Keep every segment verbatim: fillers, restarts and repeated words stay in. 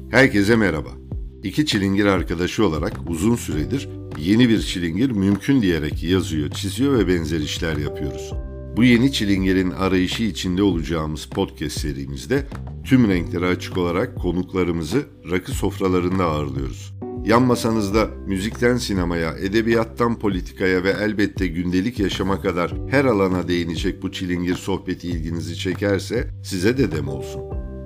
Herkese merhaba. İki çilingir arkadaşı olarak uzun süredir yeni bir çilingir mümkün diyerek yazıyor, çiziyor ve benzer işler yapıyoruz. Bu yeni çilingirin arayışı içinde olacağımız podcast serimizde tüm renklere açık olarak konuklarımızı rakı sofralarında ağırlıyoruz. Yan masanızda müzikten sinemaya, edebiyattan politikaya ve elbette gündelik yaşama kadar her alana değinecek bu çilingir sohbeti ilginizi çekerse size de dem olsun.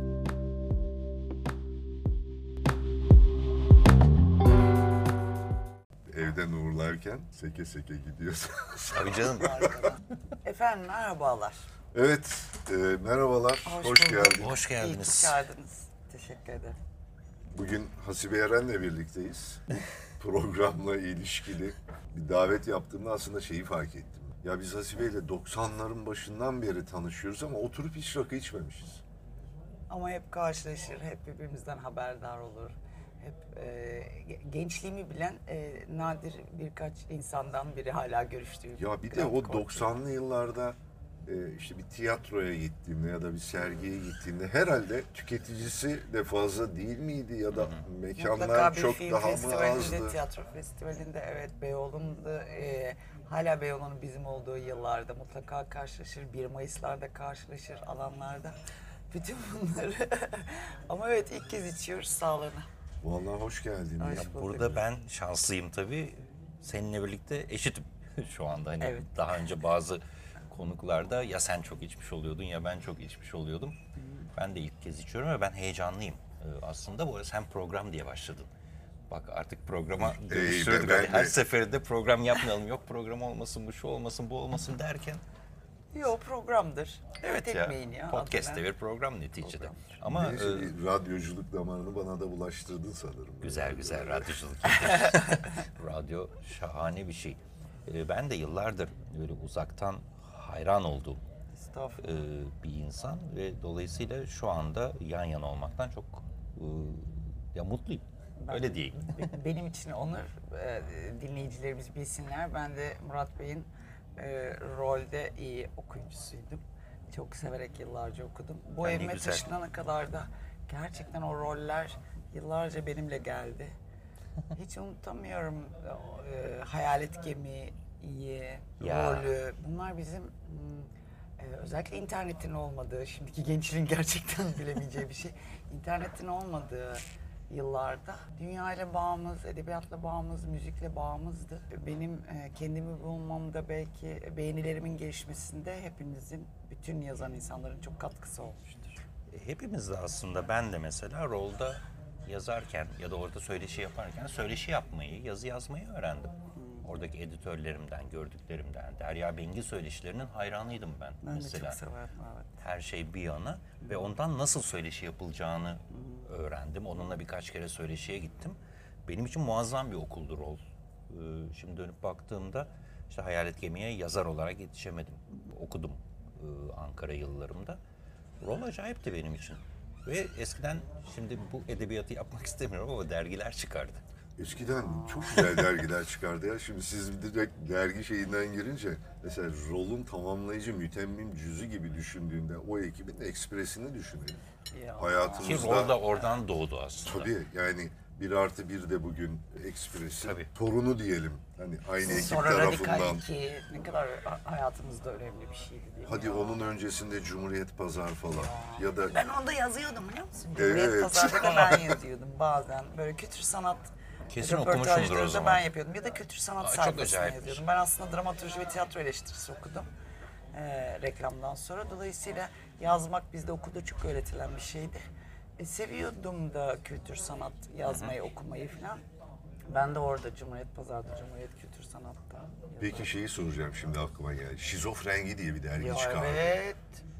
Evden uğurlarken seke seke gidiyorsunuz. Tabii canım. Efendim merhabalar. Evet, e, merhabalar, hoş, hoş geldiniz. Hoş geldiniz. İyi ki çağırdınız. Teşekkür ederim. Bugün Hasibe Eren'le birlikteyiz. Programla ilişkili bir davet yaptığımda aslında şeyi fark ettim. Ya biz Hasibe ile doksanların başından beri tanışıyoruz ama oturup hiç rakı içmemişiz. Ama hep karşılaşır, hep birbirimizden haberdar olur. Hep e, gençliğimi bilen e, nadir birkaç insandan biri hala görüştüğüm. Ya bir de o doksanlı yıllarda e, işte bir tiyatroya gittiğimde ya da bir sergiye gittiğimde herhalde tüketicisi de fazla değil miydi ya da mekanlar çok daha mı azdı? Tiyatro festivalinde evet Beyoğlu'nda e, hala Beyoğlu'nun bizim olduğu yıllarda mutlaka karşılaşır. bir Mayıs'larda karşılaşır alanlarda. Bütün bunları ama evet ilk kez içiyoruz sağlığına. Vallahi hoş geldin. Hoş Ya. Burada ben şanslıyım tabii. Seninle birlikte eşitim şu anda. Hani evet. Daha önce bazı konuklarda ya sen çok içmiş oluyordun ya ben çok içmiş oluyordum. Hmm. Ben de ilk kez içiyorum ve ben heyecanlıyım. Ee, aslında bu arada sen program diye başladın. Bak artık programa dönüştürdük. ben, ben, Her ben. seferinde program yapmayalım. Yok program olmasın, bu şu olmasın, bu olmasın derken. Yok programdır. Evet Tek ya, ya podcast'te bir program neticede. Program. Ama Neyse, e, bir radyoculuk damarını bana da bulaştırdın sanırım. Güzel yani. Güzel radyoculuk. Radyo şahane bir şey. Ee, ben de yıllardır böyle uzaktan hayran olduğum e, bir insan ve dolayısıyla şu anda yan yana olmaktan çok e, ya mutluyum. Ben, Öyle diyeyim. Benim için onur, e, dinleyicilerimiz bilsinler. Ben de Murat Bey'in e, rolde iyi okuyucusuydum. Çok severek yıllarca okudum. Bu yani evime taşınana kadar da gerçekten o roller yıllarca benimle geldi. Hiç unutamıyorum e, Hayalet Gemi'yi, rolü. Bunlar bizim e, özellikle internetin olmadığı, şimdiki gençlerin gerçekten bilemeyeceği bir şey. İnternetin olmadığı yıllarda dünyayla bağımız, edebiyatla bağımız, müzikle bağımızdı. Benim e, kendimi bulmamda belki beğenilerimin gelişmesinde hepimizin, bütün yazan insanların çok katkısı olmuştur. Hepimiz de aslında, ben de mesela rolda yazarken ya da orada söyleşi yaparken söyleşi yapmayı, yazı yazmayı öğrendim. Hmm. Oradaki editörlerimden, gördüklerimden, Derya Bengi söyleşilerinin hayranıydım ben. Ben mesela. de çok severdim, evet. Her şey bir yana hmm. ve ondan nasıl söyleşi yapılacağını hmm. öğrendim. Onunla birkaç kere söyleşiye gittim. Benim için muazzam bir okuldu rol. Ee, şimdi dönüp baktığımda işte Hayalet Gemi'ye yazar olarak yetişemedim. Okudum e, Ankara yıllarımda. Rol acayipti benim için. Ve eskiden, şimdi bu edebiyatı yapmak istemiyorum ama dergiler çıkardı. Eskiden çok güzel dergiler çıkardı ya. Şimdi siz direkt dergi şeyinden girince mesela rolün tamamlayıcı mütemmim cüzü gibi düşündüğünde o ekibin ekspresini düşünelim. Ya. Hayatımızda... Ki rol da oradan doğdu aslında. Tabii yani bir artı bir de bugün Ekspres'in torunu diyelim. Hani aynı ekip Sonra tarafından. Radikal iki ne kadar hayatımızda önemli bir şeydi değil mi? Hadi ya. Onun öncesinde Cumhuriyet Pazar falan. Ya, ya da ben onda yazıyordum biliyor musun? Evet. Cumhuriyet Pazar'da da ben yazıyordum bazen. Böyle kültür sanat kesin okumuşumdur o zaman. Ben yapıyordum ya da kültür sanat sayfasına yazıyordum. Ben aslında dramaturji ve tiyatro eleştirisi okudum. Ee, reklamdan sonra. Dolayısıyla yazmak bizde okulda çok öğretilen bir şeydi. E, seviyordum da kültür sanat yazmayı, Hı-hı. okumayı falan. Ben de orada Cumhuriyet Pazar'da, Cumhuriyet Kültür Sanat'ta. Peki yazarım. Şeyi soracağım şimdi aklıma geldi. Şizofrengi diye bir dergi ya çıkardı. Evet.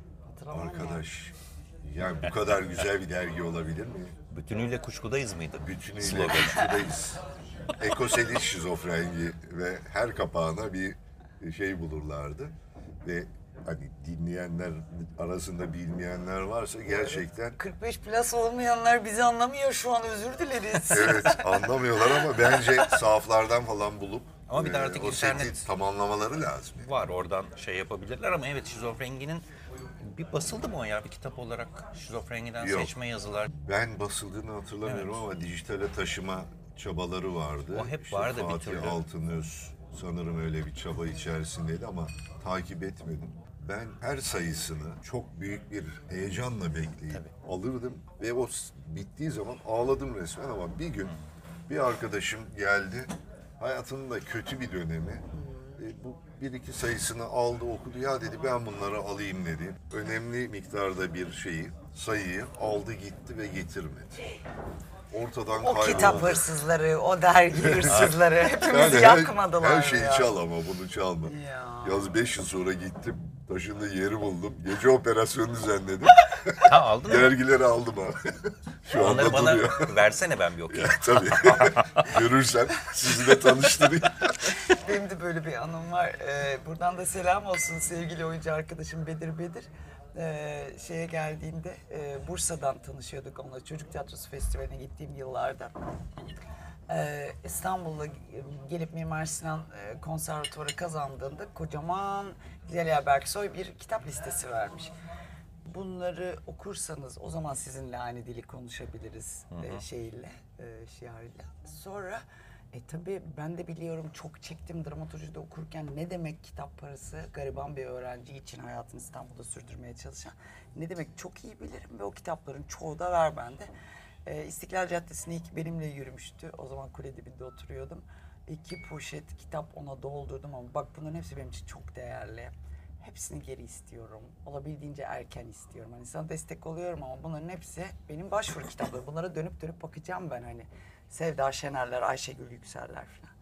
Arkadaş, ya. yani bu kadar güzel bir dergi olabilir mi? Bütünüyle kuşkudayız mıydı? Bütünüyle Slogan. Kuşkudayız. Ekoseli şizofrengi ve her kapağına bir şey bulurlardı. Ve hani dinleyenler arasında bilmeyenler varsa gerçekten... kırk beş plus olmayanlar bizi anlamıyor şu an, özür dileriz. Evet, anlamıyorlar ama bence sahaflardan falan bulup ama bir de artık e, o internet seti tamamlamaları lazım. Var, oradan şey yapabilirler ama evet, şizofreninin Bir basıldı mı o ya bir kitap olarak Şizofreniden Yok. seçme yazılar? Ben basıldığını hatırlamıyorum ama dijitale taşıma çabaları vardı. O hep İşte vardı bir Fatih türlü. Altınöz sanırım öyle bir çaba içerisindeydi ama takip etmedim. Ben her sayısını çok büyük bir heyecanla bekleyip alırdım ve o s- bittiği zaman ağladım resmen ama bir gün bir arkadaşım geldi. Hayatının da kötü bir dönemi. E, bu bir iki sayısını aldı okudu. Ya dedi ben bunları alayım dedi. Önemli miktarda bir şeyi, sayıyı aldı gitti ve getirmedi. Ortadan O kayboldu. kitap hırsızları, o dergi hırsızları hepimizi Yani her, yakmadılar her şeyi ya. çal ama bunu çalma. Ya. Yaz beş yıl sonra gittim. Taşındığı yeri buldum. Gece operasyonu düzenledim. Ha aldın mı? Dergileri aldım abi. Şu anda Onları bana duruyor. versene ben bir okuyayım. Tabii. Görürsen sizi de tanıştırayım. Benim de böyle bir anım var. Ee, buradan da selam olsun sevgili oyuncu arkadaşım Bedir Bedir. Ee, şeye geldiğinde e, Bursa'dan tanışıyorduk onunla. Çocuk Tiyatrosu Festivali'ne gittiğim yıllarda. Ee, İstanbul'a gelip Mimar Sinan e, Konservatuvarı kazandığında kocaman Zeliha Berksoy bir kitap listesi vermiş. Bunları okursanız o zaman sizinle aynı dili konuşabiliriz e, şeyle, e, şiarıyla. Sonra e tabii ben de biliyorum çok çektim dramaturjide okurken ne demek kitap parası gariban bir öğrenci için hayatını İstanbul'da sürdürmeye çalışan ne demek çok iyi bilirim ve o kitapların çoğu da var bende. E, İstiklal Caddesi'ne ilk benimle yürümüştü. O zaman kule dibinde oturuyordum. İki poşet kitap ona doldurdum ama bak bunların hepsi benim için çok değerli. Hepsini geri istiyorum. Olabildiğince erken istiyorum. Hani sana destek oluyorum ama bunların hepsi benim başvuru kitaplarım. Bunlara dönüp dönüp bakacağım ben hani. Sevda Şenerler, Ayşegül Yükseller falan.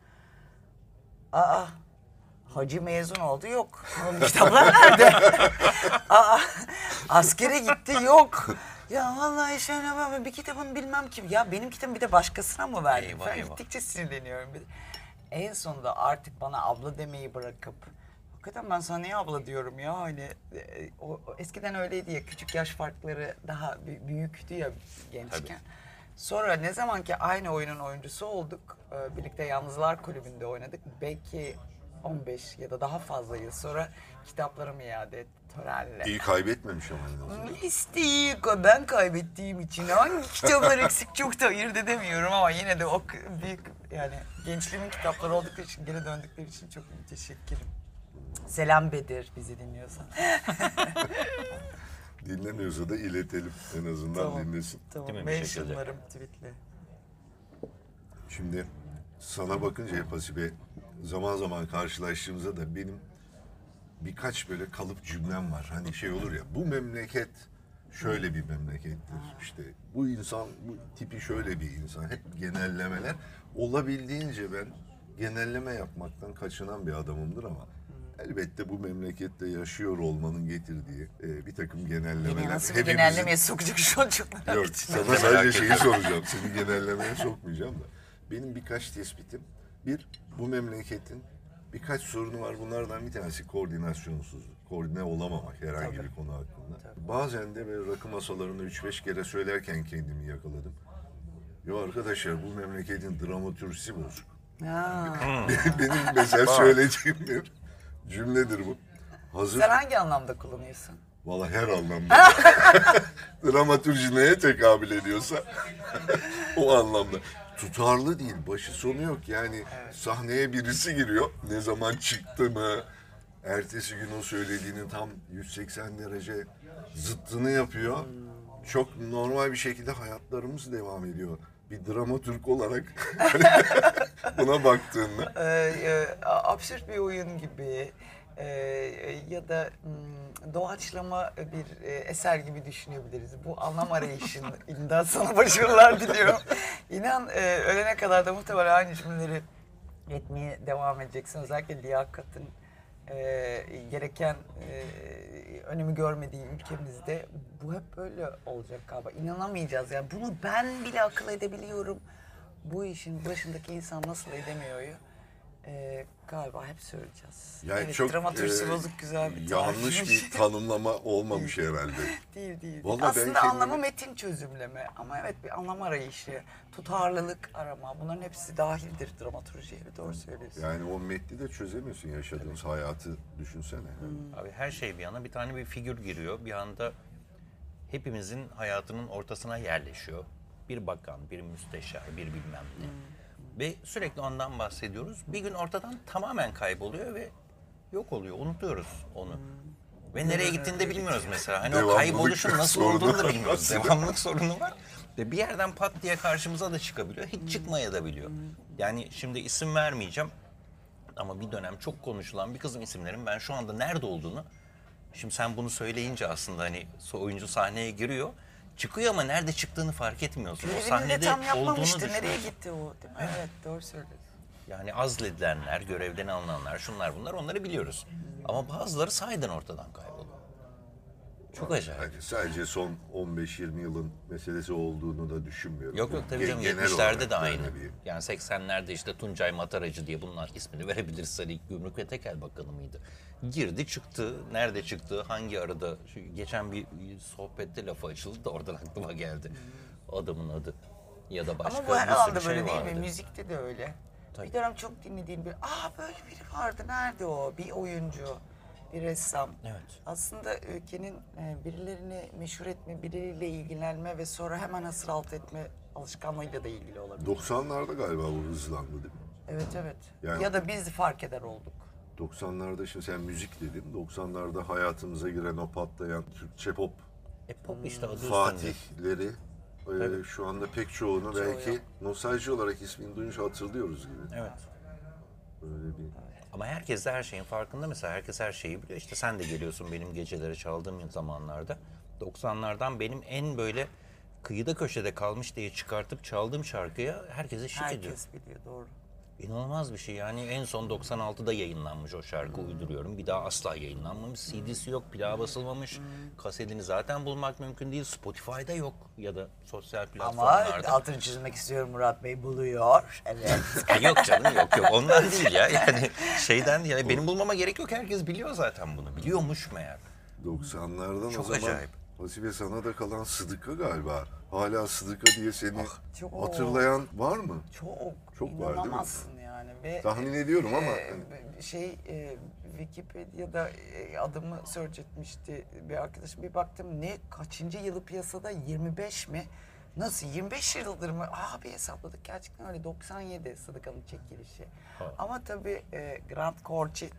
Aa, hacı mezun oldu yok. Oğlum kitaplar nerede? Aa, askere gitti yok. Ya vallahi şöyle ben bir kitabını bilmem kim. Ya benim kitabımı bir de başkasına mı verdin? Eyvah, Ben eyvah. gittikçe sinirleniyorum. Bir de. En sonunda artık bana abla demeyi bırakıp hakikaten ben sana niye abla diyorum ya hani e, o, o eskiden öyleydi ya küçük yaş farkları daha bü- büyüktü ya gençken. Sonra ne zaman ki aynı oyunun oyuncusu olduk, e, birlikte Yalnızlar Kulübü'nde oynadık. Belki on beş ya da daha fazla yıl sonra kitaplarımı iade etti törenle. İyi kaybetmemiş ama en azından. Listeyi ben kaybettiğim için hangi kitaplar eksik çok da ayırt edemiyorum ama yine de o k- büyük yani gençliğimin kitapları oldukları için geri döndükleri için çok müteşekkirim. Selam Bedir bizi dinliyorsan. Dinlemiyorsa da iletelim. En azından Tamam. dinlesin. Tamam. Değil mi bir şekilde? Mentionlarım tweetle. Şimdi sana bakınca hep Hasibe zaman zaman karşılaştığımızda da benim birkaç böyle kalıp cümlem var. Hani şey olur ya bu memleket şöyle bir memlekettir. İşte bu insan bu tipi şöyle bir insan. Hep genellemeler. Olabildiğince ben genelleme yapmaktan kaçınan bir adamımdır ama elbette bu memlekette yaşıyor olmanın getirdiği e, bir takım genellemeler. Beni nasıl bir hepimizin- genellemeye sokacak şu an çok merak Yok, ettim. sana sadece şeyi soracağım. Seni genellemeye sokmayacağım da. Benim birkaç tespitim. Bir, bu memleketin birkaç sorunu var. Bunlardan bir tanesi koordinasyonsuzluk. Koordine olamamak herhangi Tabii. bir konu hakkında. Bazen de böyle rakı masalarında üç beş kere söylerken kendimi yakaladım. Yo arkadaşlar bu memleketin dramaturjisi bozuk. Ha. Benim mesela söyleyeceğim bir cümledir bu. Hazır. Sen hangi anlamda kullanıyorsun? Valla her anlamda. Dramaturji neye tekabül ediyorsa o anlamda. Tutarlı değil, başı sonu yok. Yani sahneye birisi giriyor, ne zaman çıktı mı, ertesi gün o söylediğinin tam yüz seksen derece zıttını yapıyor. Çok normal bir şekilde hayatlarımız devam ediyor. Bir dramaturg olarak buna baktığında. Ee, e, absürt bir oyun gibi e, ya da mm, doğaçlama bir e, eser gibi düşünebiliriz. Bu anlam arayışında sana başarılar diliyorum. İnan e, ölene kadar da muhtemelen aynı cümleleri etmeye devam edeceksin. Özellikle liyakatın e, gereken e, önemi görmediği ülkemizde bu hep böyle olacak galiba. İnanamayacağız yani. Bunu ben bile akıl edebiliyorum. Bu işin başındaki insan nasıl edemiyor ya? Ee, galiba hep söyleyeceğiz. Yani evet, çok dramaturjisi e, bozuk güzel bir yanlış tarifmiş. bir tanımlama olmamış herhalde. Değil değil. Vallahi Aslında ben kendimi- anlamı metin çözümleme ama evet bir anlam arayışı, tutarlılık arama bunların hepsi dahildir dramaturjiye. Doğru söylüyorsun. Yani o metni de çözemiyorsun, yaşadığımız hayatı düşünsene. Abi her şey bir yana bir tane bir figür giriyor. Bir anda hepimizin hayatının ortasına yerleşiyor. Bir bakan, bir müsteşar, bir bilmem ne. Ve sürekli ondan bahsediyoruz. Bir gün ortadan tamamen kayboluyor ve yok oluyor. Unutuyoruz onu. Ve nereye gittiğini de bilmiyoruz mesela. Hani o Devamlılık kayboluşun nasıl sorunu olduğunu da var bilmiyoruz. aslında. Devamlılık sorunu var. Ve bir yerden pat diye karşımıza da çıkabiliyor. Hiç çıkmaya da biliyor. Yani şimdi isim vermeyeceğim. Ama bir dönem çok konuşulan bir kızın isimlerin ben şu anda nerede olduğunu, şimdi sen bunu söyleyince aslında hani oyuncu sahneye giriyor, çıkıyor ama nerede çıktığını fark etmiyorsun. O Görevini de sahnede tam olduğunu yapmamıştı. düşünüyorsun. Nereye gitti o? Değil mi? Evet, doğru söylüyorsun. Yani azledilenler, görevden alınanlar, şunlar bunlar onları biliyoruz. Ama bazıları sahiden ortadan kayboluyor. Çok acayip. Yani sadece son on beş yirmi yılın meselesi olduğunu da düşünmüyorum. Yok yok tabii Ge- canım genel yetmişlerde olarak de yani aynı. bir- Yani seksenlerde işte Tuncay Mataracı diye bunlar ismini verebiliriz. Hani Gümrük ve Tekel Bakanı mıydı? Girdi çıktı. Nerede çıktı? Hangi arada? Şu geçen bir sohbette lafı açıldı da oradan aklıma geldi. Adamın adı. Ya da başka Ama bu her bir sürü alanda şey böyle değil vardı. mi? Müzikte de öyle. Tabii. Bir dönem çok dinlediğim bir, aa böyle biri vardı, nerede o? Bir oyuncu, bir ressam. Evet. Aslında ülkenin e, birilerini meşhur etme, birileriyle ilgilenme ve sonra hemen hasır altı etme alışkanlığıyla da ilgili olabilir. doksanlarda galiba bu hızlandı değil mi? Evet evet. Yani- Ya da biz fark eder olduk. doksanlarda şimdi sen müzik dedin. doksanlarda hayatımıza giren o patlayan Türkçe pop E pop işte adı üstünde. Fatihleri e, Tabii. şu anda pek çoğunu Çoğu belki yok. nostalji olarak ismini duyunca hatırlıyoruz gibi. Evet. Böyle bir Ama herkes de her şeyin farkında. Mesela herkes her şeyi biliyor. İşte sen de geliyorsun benim geceleri çaldığım zamanlarda. doksanlardan benim en böyle kıyıda köşede kalmış diye çıkartıp çaldığım şarkıya herkes eşlik ediyor. Herkes biliyor, doğru. İnanılmaz bir şey. Yani en son doksan altıda yayınlanmış o şarkı uyduruyorum. Bir daha asla yayınlanmamış. C D'si yok, plağa basılmamış. Kasetini zaten bulmak mümkün değil. Spotify'da yok ya da sosyal Ama platformlarda. altını çizmek istiyorum, Murat Bey buluyor. Evet. Yok canım yok yok ondan değil ya. Yani şeyden yani benim bulmama gerek yok. Herkes biliyor zaten bunu. Biliyormuş meğer. doksanlardan Çok o zaman acayip. Hasibe sana da kalan Sıdıka galiba. Hala Sıdıka diye seni çok. hatırlayan var mı? Çok, Çok var, değil mi? inanamazsın yani. Ve Tahmin ediyorum ama e, şey e, Wikipedia'da e, adımı search etmişti bir arkadaşım. Bir baktım ne kaçıncı yılı piyasada, yirmi beş mi? Nasıl yirmi beş yıldır mı? Abi hesapladık gerçekten öyle, doksan yedi Sıdıka'nın çekilişi. Ama tabii e, Grand Corci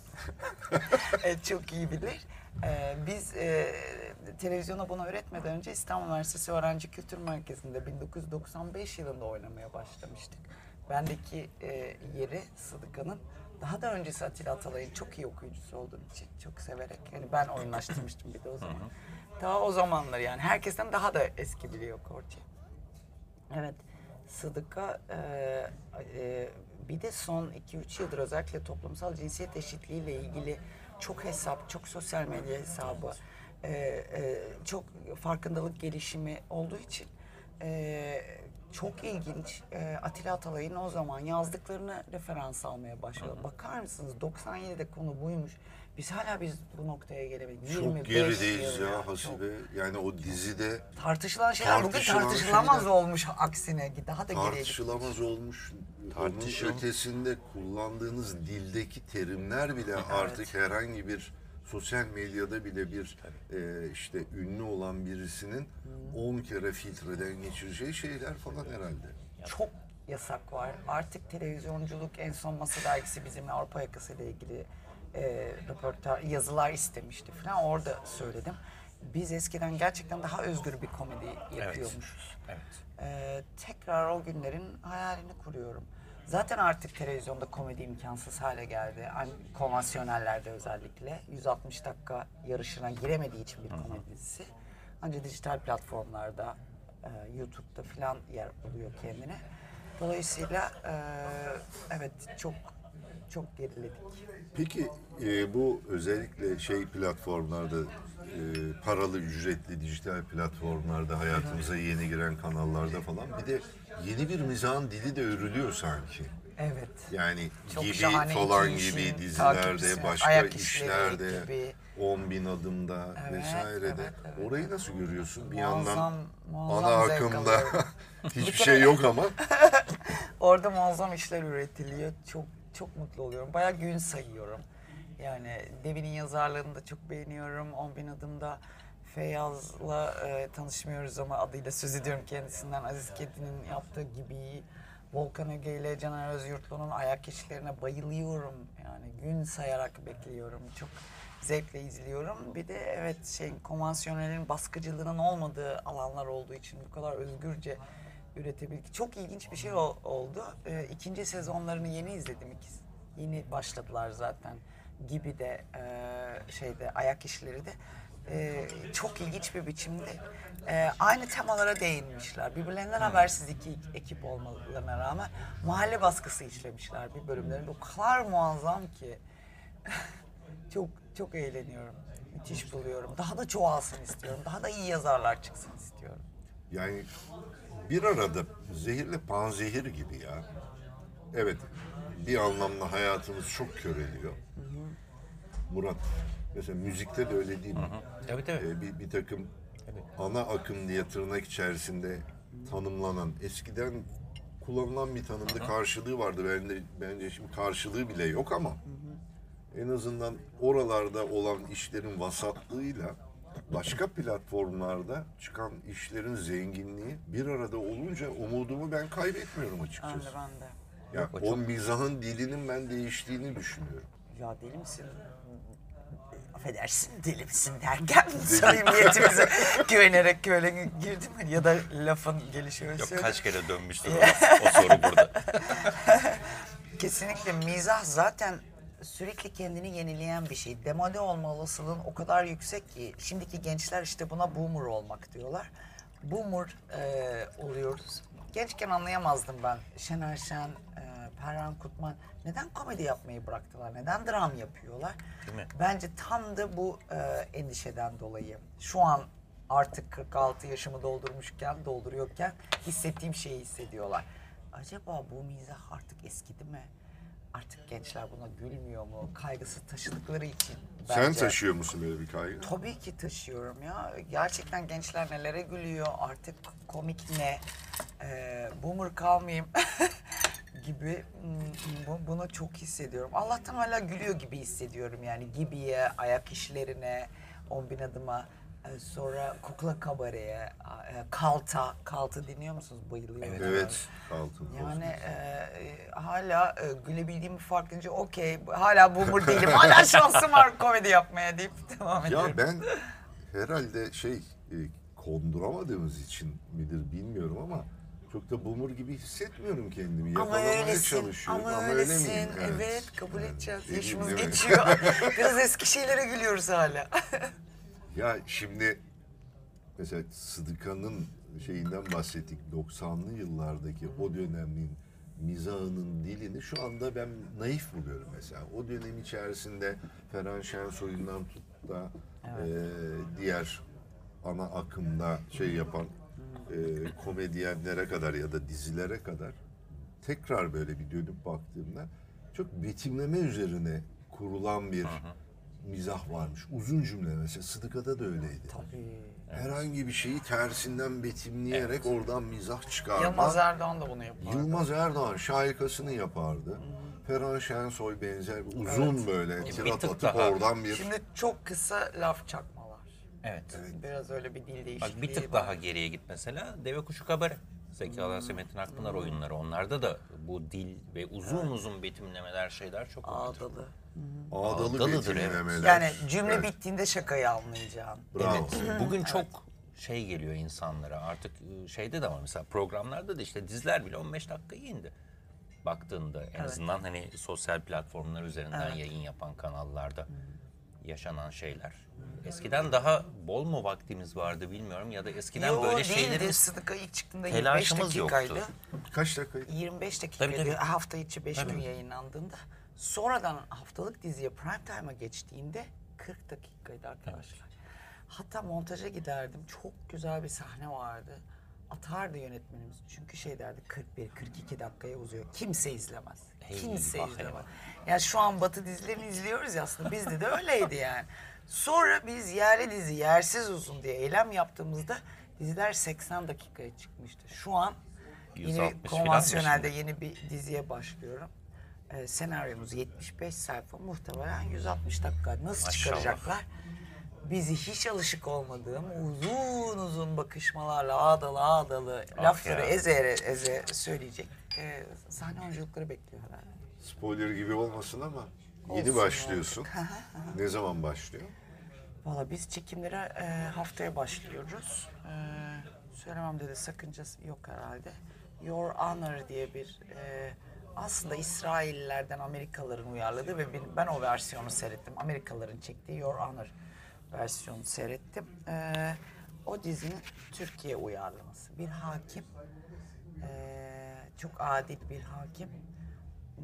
e, çok iyi bilir. E, biz e, televizyona bunu öğretmeden önce İstanbul Üniversitesi Öğrenci Kültür Merkezi'nde bin dokuz yüz doksan beş yılında oynamaya başlamıştık. Bendeki e, yeri Sıdıka'nın, daha da öncesi Atilla Atalay'ın çok iyi okuyucusu olduğum için çok severek, yani ben oyunlaştırmıştım bir de o zaman. Daha o zamanlar yani herkesten daha da eski biliyor Korçi. Evet, Sıdıka e, e, bir de son iki üç yıldır özellikle toplumsal cinsiyet eşitliği ile ilgili çok hesap, çok sosyal medya hesabı, e, e, çok farkındalık gelişimi olduğu için e, çok ilginç. E, Atilla Atalay'ın o zaman yazdıklarını referans almaya başladı. Bakar mısınız, doksan yedide konu buymuş. Biz hala biz bu noktaya gelemedik. çok yirmi beş gerideyiz yıl ya çok. Hasibe. Yani o dizide Tartışılan şeyler bugün Tartışılan tartışılamaz şeyler. olmuş, aksine daha da geriye gitmiş. tartışılamaz olmuş. Tartışıl- Onun ötesinde kullandığınız dildeki terimler bile artık herhangi bir sosyal medyada bile bir e, işte ünlü olan birisinin on kere filtreden geçireceği şeyler falan herhalde. Çok yasak var. Artık televizyonculuk, en son Masa Dergisi bizim Avrupa Yakası ile ilgili e, röportaj, yazılar istemişti falan. Orada söyledim. Biz eskiden gerçekten daha özgür bir komedi yapıyormuşuz. Evet. Ee, tekrar o günlerin hayalini kuruyorum. Zaten artık televizyonda komedi imkansız hale geldi. Hani konvansiyonellerde özellikle. yüz altmış dakika yarışına giremediği için bir komedi dizisi. Ancak dijital platformlarda, e, YouTube'da falan yer buluyor kendine. Dolayısıyla e, evet çok çok geriledik. Peki e, bu özellikle şey platformlarda e, paralı ücretli dijital platformlarda hayatımıza yeni giren kanallarda falan bir de yeni bir mizahın dili de örülüyor sanki. Evet. Yani Çok gibi şahane falan iki işin gibi dizilerde, takipçisi, başka ayak işleri işlerde, gibi. on bin adımda Evet, vesairede. evet, evet. Orayı nasıl görüyorsun? Bir Muazzam, yandan muazzam ana zevk akımda alıyorum. hiçbir kere- şey yok ama Orada muazzam işler üretiliyor. Çok çok mutlu oluyorum. Bayağı gün sayıyorum. Yani Devin'in yazarlığını da çok beğeniyorum. On bin adımda Feyyaz'la e, tanışmıyoruz ama adıyla söz ediyorum kendisinden. Aziz Kedi'nin yaptığı gibi. Volkan Öge ile Caner Özyurtlu'nun ayak işlerine bayılıyorum. Yani gün sayarak bekliyorum. Çok zevkle izliyorum. Bir de evet şey konvansiyonelin baskıcılığının olmadığı alanlar olduğu için bu kadar özgürce üretebildik. Çok ilginç bir şey ol- oldu. Ee, ikinci sezonlarını yeni izledim. İkisi, yeni başladılar zaten. Gibi de e, şeyde ayak işleri de. Ee, çok ilginç bir biçimde e, aynı temalara değinmişler. Birbirlerinden habersiz iki ekip olmalarına rağmen mahalle baskısı işlemişler bir bölümlerinde. O kadar muazzam ki. Çok çok eğleniyorum. Müthiş buluyorum. Daha da çoğalsın istiyorum. Daha da iyi yazarlar çıksın istiyorum. yani bir arada zehirle panzehir gibi ya. Evet, bir anlamda hayatımız çok köreliyor. Murat, mesela müzikte de öyle değil mi? Evet evet. Ee, bir, bir takım ana akım diye tırnak içerisinde tanımlanan, eskiden kullanılan bir tanımda karşılığı vardı. Bence, bence şimdi karşılığı bile yok ama en azından oralarda olan işlerin vasatlığıyla başka platformlarda çıkan işlerin zenginliği bir arada olunca umudumu ben kaybetmiyorum Ben açıkçası. de ben de. Ya o mizahın dilinin ben değiştiğini düşünüyorum. Ya deli misin? Affedersin deli misin derken samimiyetimize güvenerek böyle girdim mi? Ya da lafın gelişi öyle Yok söyledim. kaç kere dönmüştür o, laf, o soru burada. Kesinlikle mizah zaten sürekli kendini yenileyen bir şey. Demode olma olasılığın o kadar yüksek ki şimdiki gençler işte buna boomer olmak diyorlar. Boomer e, oluyoruz. Gençken anlayamazdım ben. Şener Şen, e, Perran Kutman neden komedi yapmayı bıraktılar? Neden dram yapıyorlar? Değil mi? Bence tam da bu e, endişeden dolayı. Şu an artık kırk altı yaşımı doldurmuşken, dolduruyorken hissettiğim şeyi hissediyorlar. Acaba bu mizah artık eskidi mi? Artık gençler buna gülmüyor mu? Kaygısı taşıdıkları için Sen bence. taşıyor musun böyle bir kaygı? Tabii ki taşıyorum ya. Gerçekten gençler nelere gülüyor, artık komik ne, ee, boomer kalmayayım gibi hmm, bu- bunu çok hissediyorum. Allah'tan hala gülüyor gibi hissediyorum yani Gibi'ye, ayak işlerine, on bin adıma, e, sonra Kukla Kabare'ye, a- e, Kalt'a, Kalt'ı dinliyor musunuz? Bayılıyorum. Evet. Altın. Yani e, e, hala e, gülebildiğimi fark edince okey hala boomer değilim. Hala şansım var komedi yapmaya deyip devam ediyorum. Ya ben herhalde şey e, konduramadığımız için midir bilmiyorum ama çok da boomer gibi hissetmiyorum kendimi. Ama Yakalamaya öylesin, çalışıyorum. ama, öyle öylesin. miyim? Evet, kabul edeceğiz. Eminim, Yaşımız değil mi? geçiyor. Biraz eski şeylere gülüyoruz hala. Ya şimdi mesela Sıdıka'nın şeyinden bahsettik. doksanlı yıllardaki o dönemin mizahının dilini şu anda ben naif buluyorum mesela. O dönem içerisinde Ferhan Şensoy'undan tut da e, diğer ana akımda şey yapan e, komedyenlere kadar ya da dizilere kadar tekrar böyle bir dönüp baktığımda çok betimleme üzerine kurulan bir mizah varmış. Uzun cümle mesela Sıdıka'da da öyleydi. Tabii. Herhangi bir şeyi tersinden betimleyerek oradan mizah çıkarma. Yılmaz Erdoğan da bunu yapar. Yılmaz Erdoğan şahikasını yapardı. Ferhan Şensoy benzer uzun böyle bir tirat tık atıp daha. oradan bir... Şimdi çok kısa laf çakmalar. Evet. Biraz öyle bir dil değişikliği Bak bir tık var. daha geriye git mesela. Deve Kuşu Kabare. Zeki Alasya Metin Akpınar oyunları. Onlarda da bu dil ve uzun uzun betimlemeler şeyler çok vardır. Ağdalı. Ağdalı Ağdalıdır, betimlemeler. Yani cümle Evet, bittiğinde şakayı anlayacağın. bravo. Evet. Bugün çok şey geliyor insanlara. Artık e, şeyde de var mesela programlarda da işte diziler bile on beş dakika indi. Baktığında en azından hani sosyal platformlar üzerinden yayın yapan kanallarda yaşanan şeyler. Eskiden daha bol mu vaktimiz vardı bilmiyorum ya da eskiden Yo, böyle değildi. şeylerin Sıdıka ilk çıktığında yirmi beş telaşımız dakikaydı. yoktu. Kaç dakika? yirmi beş dakikaydı Tabii, tabii. hafta içi beş Tabii. gün yayınlandığında. Sonradan haftalık diziye prime time'a geçtiğinde kırk dakikaydı arkadaşlar. Hatta montaja giderdim. Çok güzel bir sahne vardı. atardı yönetmenimiz. Çünkü şey derdi kırk bir kırk iki dakikaya uzuyor. Kimse izlemez. Hey, Kimse bak izlemez. eyvah. Ya şu an Batı dizilerini izliyoruz ya aslında bizde de öyleydi yani. Sonra biz yerli dizi yersiz uzun diye eylem yaptığımızda diziler seksen dakikaya çıkmıştı. Şu an yüz yine altmış falan mı konvansiyonelde şimdi? yeni bir diziye başlıyorum. Ee, senaryomuz yetmiş beş sayfa, muhtemelen yüz altmış dakika. Nasıl Maşallah. çıkaracaklar? Bizi hiç alışık olmadığım uzun uzun bakışmalarla ağdalı ağdalı Ah lafları ya. eze eze söyleyecek e, sahne oyunculukları bekliyor herhalde. Spoiler gibi olmasın ama yeni Olsun başlıyorsun. Ne zaman başlıyor? Valla biz çekimlere e, haftaya başlıyoruz. E, söylemem dedi, sakıncası yok herhalde. Your Honor diye bir e, aslında İsraillilerden Amerikalıların uyarladığı ve ben- ben o versiyonu seyrettim. Amerikalıların çektiği Your Honor versiyonu seyrettim. E, o dizinin Türkiye uyarlaması. Bir hakim, e, çok adil bir hakim, hmm,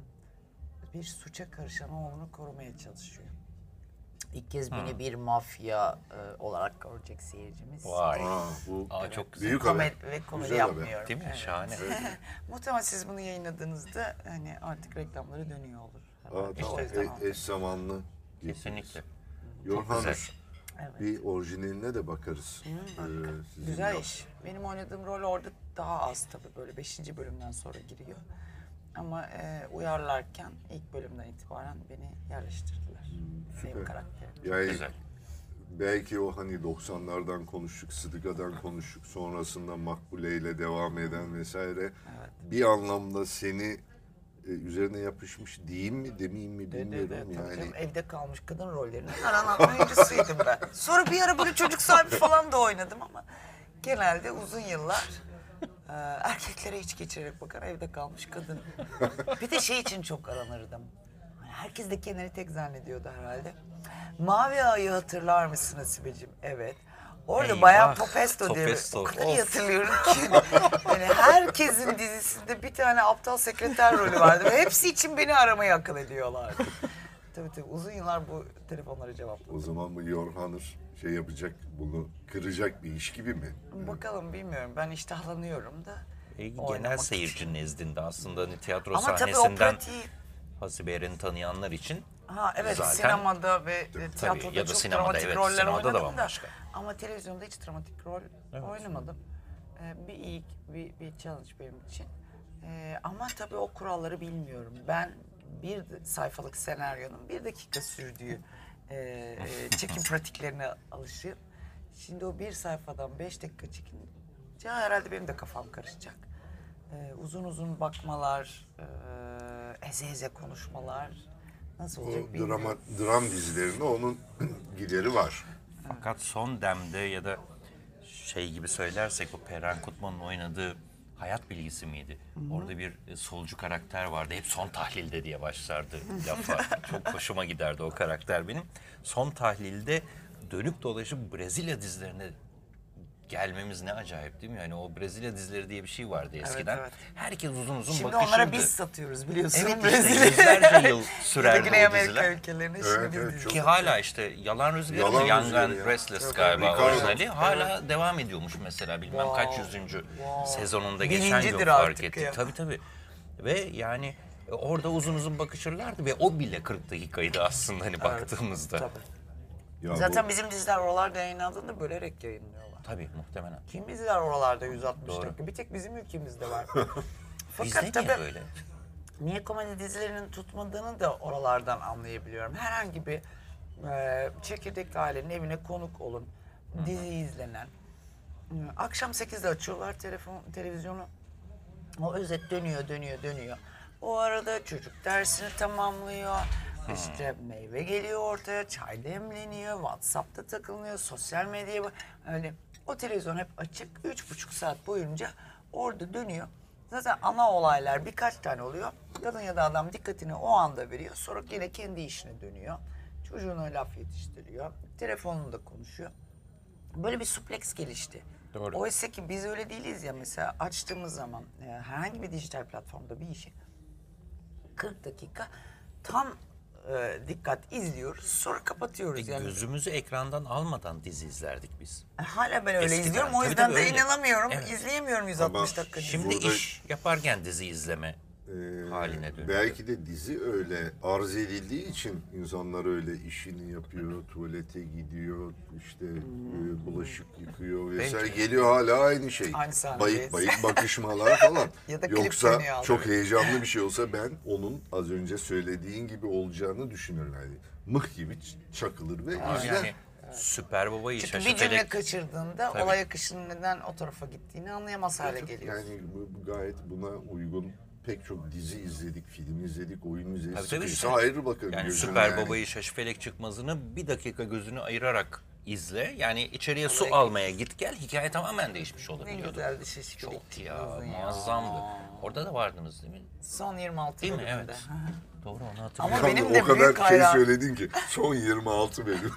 bir suça karışan oğlunu korumaya çalışıyor. İlk kez beni bir mafya e, olarak görecek seyircimiz. Vay. Aa, bu Aa, çok güzel. büyük haber. Komedi ve komedi Güzel haber. yapmıyorum. Değil mi? Evet. Şahane. Muhtemelen siz bunu yayınladığınızda hani artık reklamları dönüyor olur. Aa, İşte tamam. o yüzden E, eş zamanlı. Kesinlikle. Yorhan, güzel. Evet. bir orijinaline de bakarız. Ee, sizin Güzel yap- iş. Benim oynadığım rol orada daha az tabii, böyle beşinci bölümden sonra giriyor. Ama e, uyarlarken ilk bölümden itibaren beni yerleştirdiler. Benim karakterim. Yani Güzel. belki o hani doksanlardan konuştuk, Sıdıka'dan konuştuk, sonrasında Makbule ile devam eden vesaire. Bir anlamda seni e, üzerine yapışmış diyeyim mi demeyeyim mi bilmiyorum Tabii yani. canım, evde kalmış kadın rollerinin aranan oyuncusuydum ben. Sonra bir ara böyle çocuk sahibi falan da oynadım ama genelde uzun yıllar e, erkeklere hiç geçirerek bakan evde kalmış kadın. Bir de şey için çok aranırdım. Hani herkes de kendini tek zannediyordu herhalde. Mavi Ay'ı hatırlar mısın Hasibeciğim? Evet. Orada Eyvah, Bayan Popesto diye bir, Popesto, o kadar of. iyi hatırlıyorum ki. Yani herkesin dizisinde bir tane aptal sekreter rolü vardı ve hepsi için beni aramayı akıl ediyorlardı. Tabii tabii uzun yıllar bu telefonlara cevapladım. O zaman bu Yorhanır şey yapacak, bunu kıracak bir iş gibi mi? Bakalım, bilmiyorum, ben iştahlanıyorum da. E, genel oynamak seyirci için. nezdinde aslında hani tiyatro Ama tabii o sahnesinden pratiği, Hasibe Eren'i tanıyanlar için ha evet, zaten sinemada ve tiyatroda ya da çok sinemada, dramatik evet, roller sinemada da oynadım da. bambaşka. Ama televizyonda hiç dramatik rol oynamadım. Ee, bir ilk, bir, bir challenge benim için. Ee, ama tabii o kuralları bilmiyorum. Ben bir sayfalık senaryonun bir dakika sürdüğü e, e, çekim pratiklerine alışığım. Şimdi o bir sayfadan beş dakika çekince herhalde benim de kafam karışacak. Ee, uzun uzun bakmalar, e, eze eze konuşmalar nasıl O olacak bilmiyorum. drama, dram dizilerinde onun gideri var. fakat son demde ya da şey gibi söylersek o Perihan Kutman'ın oynadığı Hayat Bilgisi miydi? Orada bir e, solcu karakter vardı. Hep son tahlilde diye başlardı lafa. Çok hoşuma giderdi o karakter benim. Son tahlilde dönüp dolaşıp Brezilya dizilerine gelmemiz ne acayip değil mi? Yani o Brezilya dizileri diye bir şey vardı eskiden. evet. Herkes uzun uzun Şimdi bakışırdı. onlara biz satıyoruz biliyorsun. Evet işte Brezilya'ya. yüzlerce yıl Ya da sürerdi Güney o Amerika diziler. ülkelerine Evet, şimdi biz evet, diziyoruz. çok- Ki hala işte Yalan Rüzgarı mı? Yalan Young Rüzgarı and ya. Restless Yok, galiba Ricardo. orijinali. Hala devam ediyormuş mesela bilmem Wow, kaç yüzüncü wow. sezonunda geçen yıl Binincidir fark artık ettik. ya. Tabii tabii. Ve yani e, orada uzun uzun bakışırlardı ve o bile kırk dakikaydı aslında hani baktığımızda. Tabii. Ya Zaten bu, bizim diziler oralarda yayınlandığında bölerek yayınlıyorlar. Tabii muhtemelen. Kim diziler oralarda yüz altmış Doğru. dakika? Bir tek bizim ülkemizde var. Bizde Fakat niye tabii böyle? niye komedi dizilerinin tutmadığını da oralardan anlayabiliyorum. Herhangi bir e, çekirdek ailenin evine konuk olun, dizi izlenen. E, Akşam sekizde açıyorlar telefon, televizyonu. O özet dönüyor, dönüyor, dönüyor. O arada çocuk dersini tamamlıyor. İşte meyve geliyor ortaya, çay demleniyor, WhatsApp'ta takılıyor, sosyal medyaya bak. Öyle o televizyon hep açık, üç buçuk saat boyunca orada dönüyor. Zaten ana olaylar birkaç tane oluyor. Kadın ya da adam dikkatini o anda veriyor. Sonra yine kendi işine dönüyor. Çocuğuna laf yetiştiriyor. Telefonunda konuşuyor. Böyle bir supleks gelişti. Doğru. Oysa ki biz öyle değiliz ya, mesela açtığımız zaman e, herhangi bir dijital platformda bir işi kırk dakika tam e, dikkat izliyoruz, sonra kapatıyoruz. E, yani Gözümüzü ekrandan almadan dizi izlerdik biz. hala ben öyle Eskiden, izliyorum. O tabii yüzden tabii de öyle. inanamıyorum. Evet. İzleyemiyorum yüz altmış Ama dakika. Şimdi Burada- iş yaparken dizi izleme Ee, haline dönüyor. Belki de dizi öyle arz edildiği için insanlar öyle işini yapıyor, tuvalete gidiyor, işte e, bulaşık yıkıyor vesaire. Belki. Geliyor hala aynı şey. Aynı sahnedeyiz. Bayık bayık bakışmalar falan. Ya da klip Yoksa dönüyor çok abi. heyecanlı bir şey olsa ben onun az önce söylediğin gibi olacağını düşünüyorum. Yani mıh gibi ç- çakılır ve Abi izler. yani Süper Baba'yı Çünkü bir şaşırtarak cümle kaçırdığında Tabii. olay akışının neden o tarafa gittiğini anlayamaz hale geliyorsun. Yani bu, bu gayet buna uygun. Pek çok dizi izledik, film izledik, oyun izledik. Tabii tabii Sıkıysa işte. ayrı bakın Yani gözüne Süper yani. Baba'yı Şaşıfelek çıkmazını bir dakika gözünü ayırarak izle. Yani içeriye su Olay- almaya git gel. Hikaye tamamen değişmiş Ne olabiliyordu. güzeldi şaşırtıcı. Çok ya, muazzamdı. Orada da vardınız değil mi? Son yirmi altı Değil mi? bölümde. Evet. Doğru, onu Ama hatırlıyorum. benim de o kadar büyük şey hayran. söyledin ki son yirmi altı bölüm.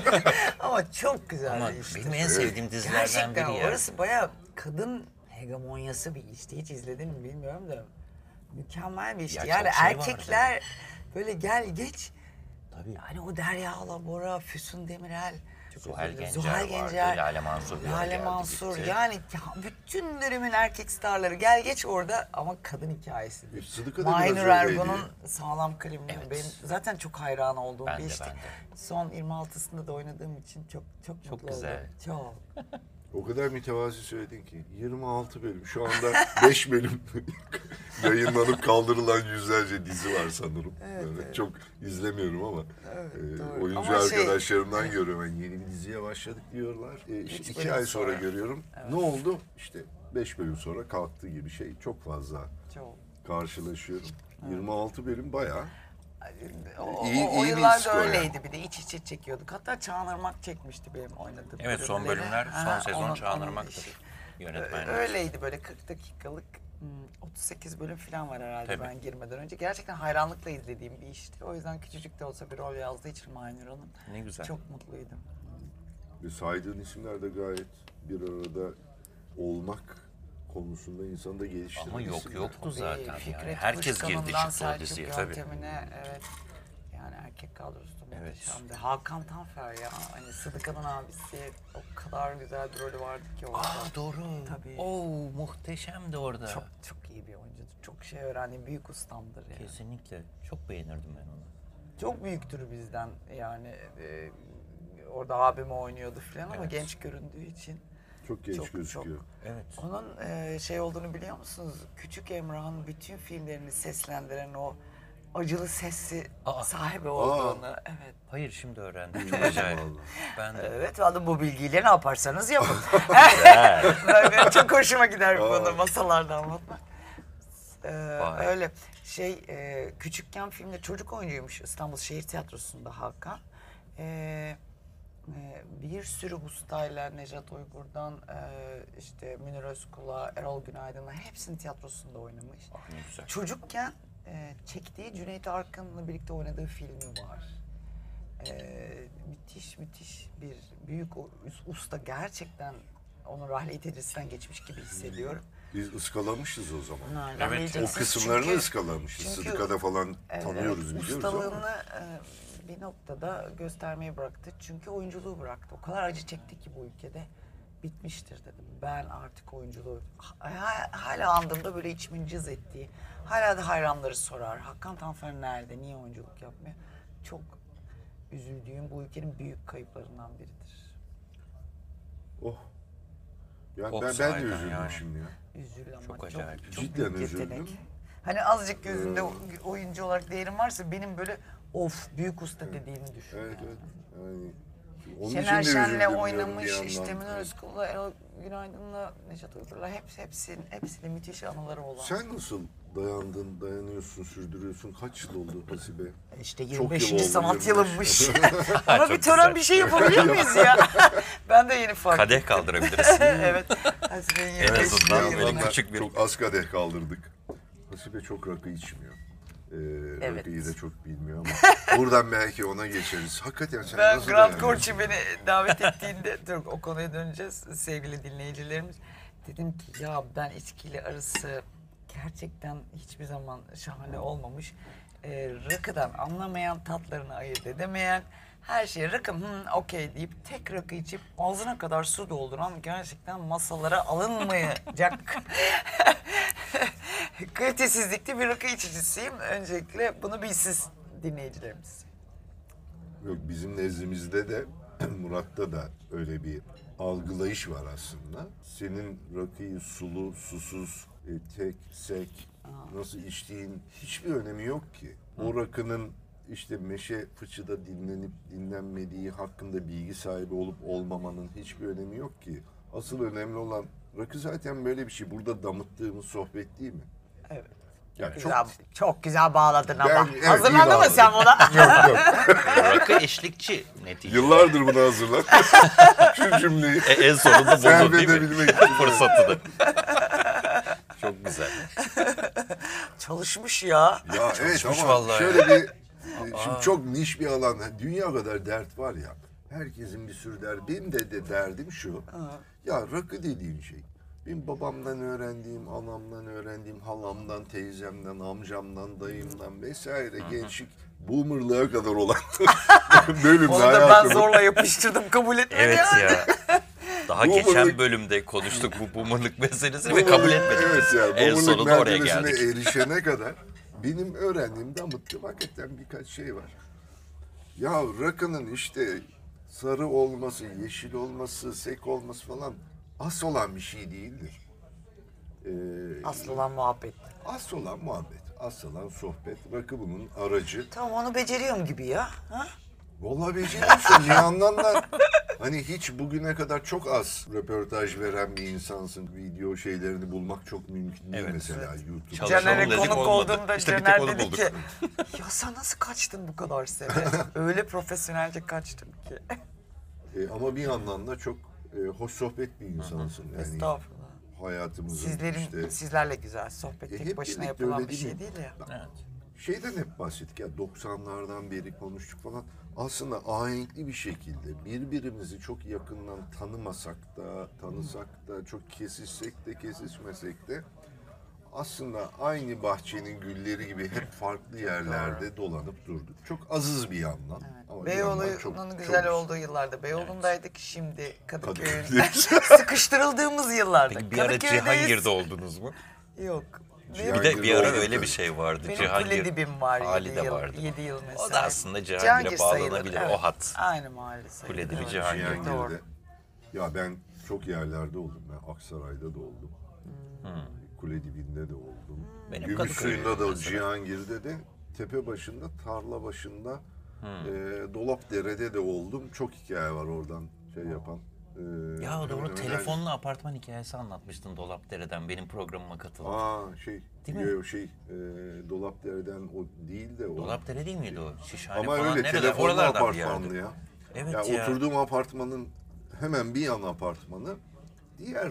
Ama çok güzeldi Ama işte. benim en sevdiğim dizilerden Gerçekten biri ya. orası bayağı kadın hegemonyası bir işti. Hiç izledin mi bilmiyorum da. Mükemmel bir işti. Ya yani çok şey erkekler böyle gel geç. Tabii. Hani o Derya Alabora, Füsun Demirel, Zuhal özür dilerim, Gencer Zuhal vardı, Gencer, Lale Mansur bir ara Lale geldi, Mansur. gitti. Yani ya bütün dönemin erkek starları gel geç orada ama kadın hikayesidir. Sıdıka da biraz Maynur öyleydi. Ergun'un Sağlam Klibini Evet. benim zaten çok hayran olduğum Ben bir de, işti. ben de. Son yirmi altısında da oynadığım için çok çok, Çok mutlu güzel. oldum. Çok. O kadar mütevazi söyledin ki yirmi altı bölüm. Şu anda beş bölüm yayınlanıp kaldırılan yüzlerce dizi var sanırım. Böyle Çok izlemiyorum ama e, doğru. oyuncu Ama şey- arkadaşlarımdan görüyorum. Yani yeni bir diziye başladık diyorlar. E, işte Üç iki bölüm ay sonra sonra. görüyorum. Ne oldu? İşte beş bölüm sonra kalktı gibi şey. Çok fazla Çok. karşılaşıyorum. yirmi altı bölüm bayağı. O, İyi- o, iyi o bir yıllarda skor yani. öyleydi bir de iç içe çekiyorduk. Hatta Çağan Irmak çekmişti benim oynadığım Evet, son bölümleri. bölümler, son Ha, sezon onun- Çağan onun Irmak'tır. işi. Yönetmen. Öyleydi böyle kırk dakikalık hmm, otuz sekiz bölüm falan var herhalde Tabii. ben girmeden önce. Gerçekten hayranlıkla izlediğim bir işti. O yüzden küçücük de olsa bir rol yazdığı için Maynur Hanım. Ne güzel. Çok mutluydum. Ve saydığın isimler de gayet bir arada olmak konusunda insanı da geliştiren Ama yok isimler. yoktu zaten yani. Fikret Herkes girdi Kuşkan'ından çıktı o Selçuk diziye tabii. Yöntemine, evet. Yani erkek kadrosu da Evet. muhteşemdi. Hakan Tanfer ya. Hani Sıdıka'nın abisi. O kadar güzel bir rolü vardı ki orada. Aa doğru. Tabii. Oo muhteşemdi orada. Çok çok iyi bir oyuncudur. Çok şey öğrendiğim büyük ustamdır yani. Kesinlikle. Çok beğenirdim ben onu. Çok büyüktür bizden yani. E, orada abimi oynuyordu falan ama Evet. genç göründüğü için. Çok genç Çok, gözüküyor. Evet. Onun e, şey olduğunu biliyor musunuz? Küçük Emrah'ın bütün filmlerini seslendiren o acılı sesi Aa. sahibi olduğunu. Evet. Hayır şimdi öğrendim. Çok acayip. Ben de. Evet, vallahi bu bilgiyle ne yaparsanız yapın. Benim çok hoşuma gider bu konu masalarda anlatmak. Ee, Vay. öyle şey e, küçükken filmde çocuk oyuncuymuş İstanbul Şehir Tiyatrosu'nda Hakan. Ee, e, bir sürü ustayla Nejat Uygur'dan e, işte Münir Özkul'a, Erol Günaydın'a hepsinin tiyatrosunda oynamış. Ah, ne güzel. Çocukken e, çektiği Cüneyt Arkın'la birlikte oynadığı filmi var. E, müthiş müthiş bir büyük o- usta, gerçekten onun Rahle Tedris'ten geçmiş gibi hissediyorum. Biz ıskalamışız o zaman. Ha, Evet, anlayacaksınız. O kısımlarını Çünkü- ıskalamışız. çünkü- Sıdıka'da falan Evet, tanıyoruz, biliyoruz ama. ustalığını e, bir noktada göstermeyi bıraktı. Çünkü oyunculuğu bıraktı. O kadar acı çekti ki bu ülkede. Bitmiştir dedim. Ben artık oyunculuğu... Ha- hala andığımda böyle içimin cız ettiği. Hala da hayranları sorar. Hakan Tanfer nerede? Niye oyunculuk yapmıyor? Çok üzüldüğüm, bu ülkenin büyük kayıplarından biridir. Oh. Yani Oh, ben, ben de sahiden üzüldüm yani. şimdi ya. Üzül ama Çok çok, acayip. çok Cidden büyük üzüldüm. yetenek. Hani azıcık gözünde oyuncu olarak değerim varsa benim böyle of büyük usta dediğimi düşün. Evet yani. evet. Yani onun Şener için de Şen'le üzüldüm diyorum oynamış, bir yandan. işte Münir Özkul'la, Erol Günaydın'la, Nejat Uygur'la hepsi, hepsinin, hepsiyle müthiş anıları olan. Sen nasıl dayandın, dayanıyorsun, sürdürüyorsun? Kaç yıl oldu Hasibe? İşte Çok yirmi yıl beşinci oldu, sanat yirmi beş. yılımmış. Ona Çok bir tören güzel. bir şey yapabiliyor muyuz ya? Ben de yeni fark ettim. Kadeh kaldırabiliriz. Evet. Hasibe'nin En yirmi beşinci azından Bir yılı. böyle yandan da küçük bir- Çok az kadeh kaldırdık. Hasibe çok rakı içmiyor. Ee, Evet. Rakıyı da çok bilmiyor ama buradan belki ona geçeriz. Hakikaten sen Ben nasıl Grand dayanıyorsun? Corçi beni davet ettiğinde, dur o konuya döneceğiz sevgili dinleyicilerimiz. Dedim ki ya ben içkiyle arası gerçekten hiçbir zaman şahane olmamış. e, rakıdan anlamayan, tatlarını ayırt edemeyen, her şeye rakı hı okey deyip tek rakı içip ağzına kadar su dolduran, gerçekten masalara alınmayacak kalitesizlikte bir rakı içicisiyim. Öncelikle bunu bilsiz dinleyicilerimiz. Yok, bizim nezdimizde de Murat'ta da öyle bir algılayış var aslında. Senin rakıyı sulu, susuz, e, tek, sek, nasıl içtiğin hiçbir önemi yok ki. O rakının işte meşe fıçıda dinlenip dinlenmediği hakkında bilgi sahibi olup olmamanın hiçbir önemi yok ki. Asıl önemli olan rakı zaten böyle bir şey. Burada damıttığımız sohbet değil mi? Evet. Yani çok Güzel, çok güzel bağladın Ben- ama. evet, iyi Hazırlandın mı bağladın. sen buna? yok yok. Rakı eşlikçi neticede. Yıllardır bunu hazırlan. Şu cümleyi. E, en sonunda buldun değil mi? Servedebilmek için. Fırsatını. Çok güzel. Çalışmış ya. Ya evet Çalışmış ama vallahi şöyle bir e, şimdi çok niş bir alan. Dünya kadar dert var ya. Herkesin bir sürü derdi. Benim de, de derdim şu. Ya rakı dediğin şey. Benim babamdan öğrendiğim, anamdan öğrendiğim, halamdan, teyzemden, amcamdan, dayımdan vesaire gençlik boomerlığa kadar olan bölümde Onu da ben hayatımın- zorla yapıştırdım, kabul etmedi Evet yani. ya. Daha Boomerlık- geçen bölümde konuştuk bu boomerlık meselesini ve Boomerlık- kabul etmedik. Evet ya. En boomerlık sonunda oraya mertebesine geldik. erişene kadar benim öğrendiğim, damıttığım hakikaten birkaç şey var. Ya rakının işte sarı olması, yeşil olması, sek olması falan asıl olan bir şey değildir. Ee, Asıl olan muhabbet. asıl olan muhabbet, asıl olan sohbet. Rakı bunun aracı. Tamam, onu beceriyorum gibi ya. Ha? Vallahi beceriyorsun. Bir yandan da hani hiç bugüne kadar çok az röportaj veren bir insansın. Video şeylerini bulmak çok mümkün değil Evet. mesela YouTube'da. Çalışalım Caner'e dedik, konuk olmadı. olduğumda İşte bir tek Caner onu dedi bulduk. ki ya sen nasıl kaçtın bu kadar sene? Öyle profesyonelce kaçtım ki. E, ama bir yandan da çok e, hoş sohbet bir insansın. Yani Estağfurullah. hayatımızın Sizlerin, işte sizlerle güzel sohbet E, tek hep başına birlikte yapılan öyle bir değil şey mi? değil ya. Evet. şeyden hep bahsettik ya doksanlardan beri konuştuk falan. Aslında ahenkli bir şekilde birbirimizi çok yakından tanımasak da, tanısak da, çok kesişsek de kesişmesek de aslında aynı bahçenin gülleri gibi hep farklı yerlerde dolanıp durduk. Çok azız bir yandan. Ama bir yandan Beyoğlu'nun çok- güzel çok- olduğu yıllarda Beyoğlu'ndaydık. Şimdi Kadıköy'ün Kadıköy'deyiz. sıkıştırıldığımız yıllarda. Peki bir ara Kadıköy'deyiz. Cihangir'de oldunuz mu? Yok. Bir Cihangir'de de bir ara olduk öyle tabii. bir şey vardı. Benim Cihangir kule dibim var hali yedi de yıl, vardı. yedi yıl mesela. O da aslında Cihangir'e Cihangir sayılır, bağlanabilir, evet. o hat. Aynı mahalle sayılır. Kule dibi evet. Cihangir. Doğru. Cihangir'de. Ya ben çok yerlerde oldum. Ben Aksaray'da da oldum. Kule dibinde de oldum. Benim Gümüşsuyu'nda Kadıköy'de da, mesela. Cihangir'de de, tepe başında, tarla başında, e, Dolapdere'de de oldum. Çok hikaye var oradan şey yapan. E, Ya hemen doğru, hemen telefonlu apartman hikayesi anlatmıştın Dolapdere'den benim programıma katıldın. Aa şey, Değil mi? yo, şey, e, Dolapdere'den o değil de o. Dolapdere değil miydi o? Şişhane Ama falan öyle nerede? telefonlu Oralardan bir apartmanlı yerde. ya. Evet ya, ya. Oturduğum apartmanın hemen bir yan apartmanı diğer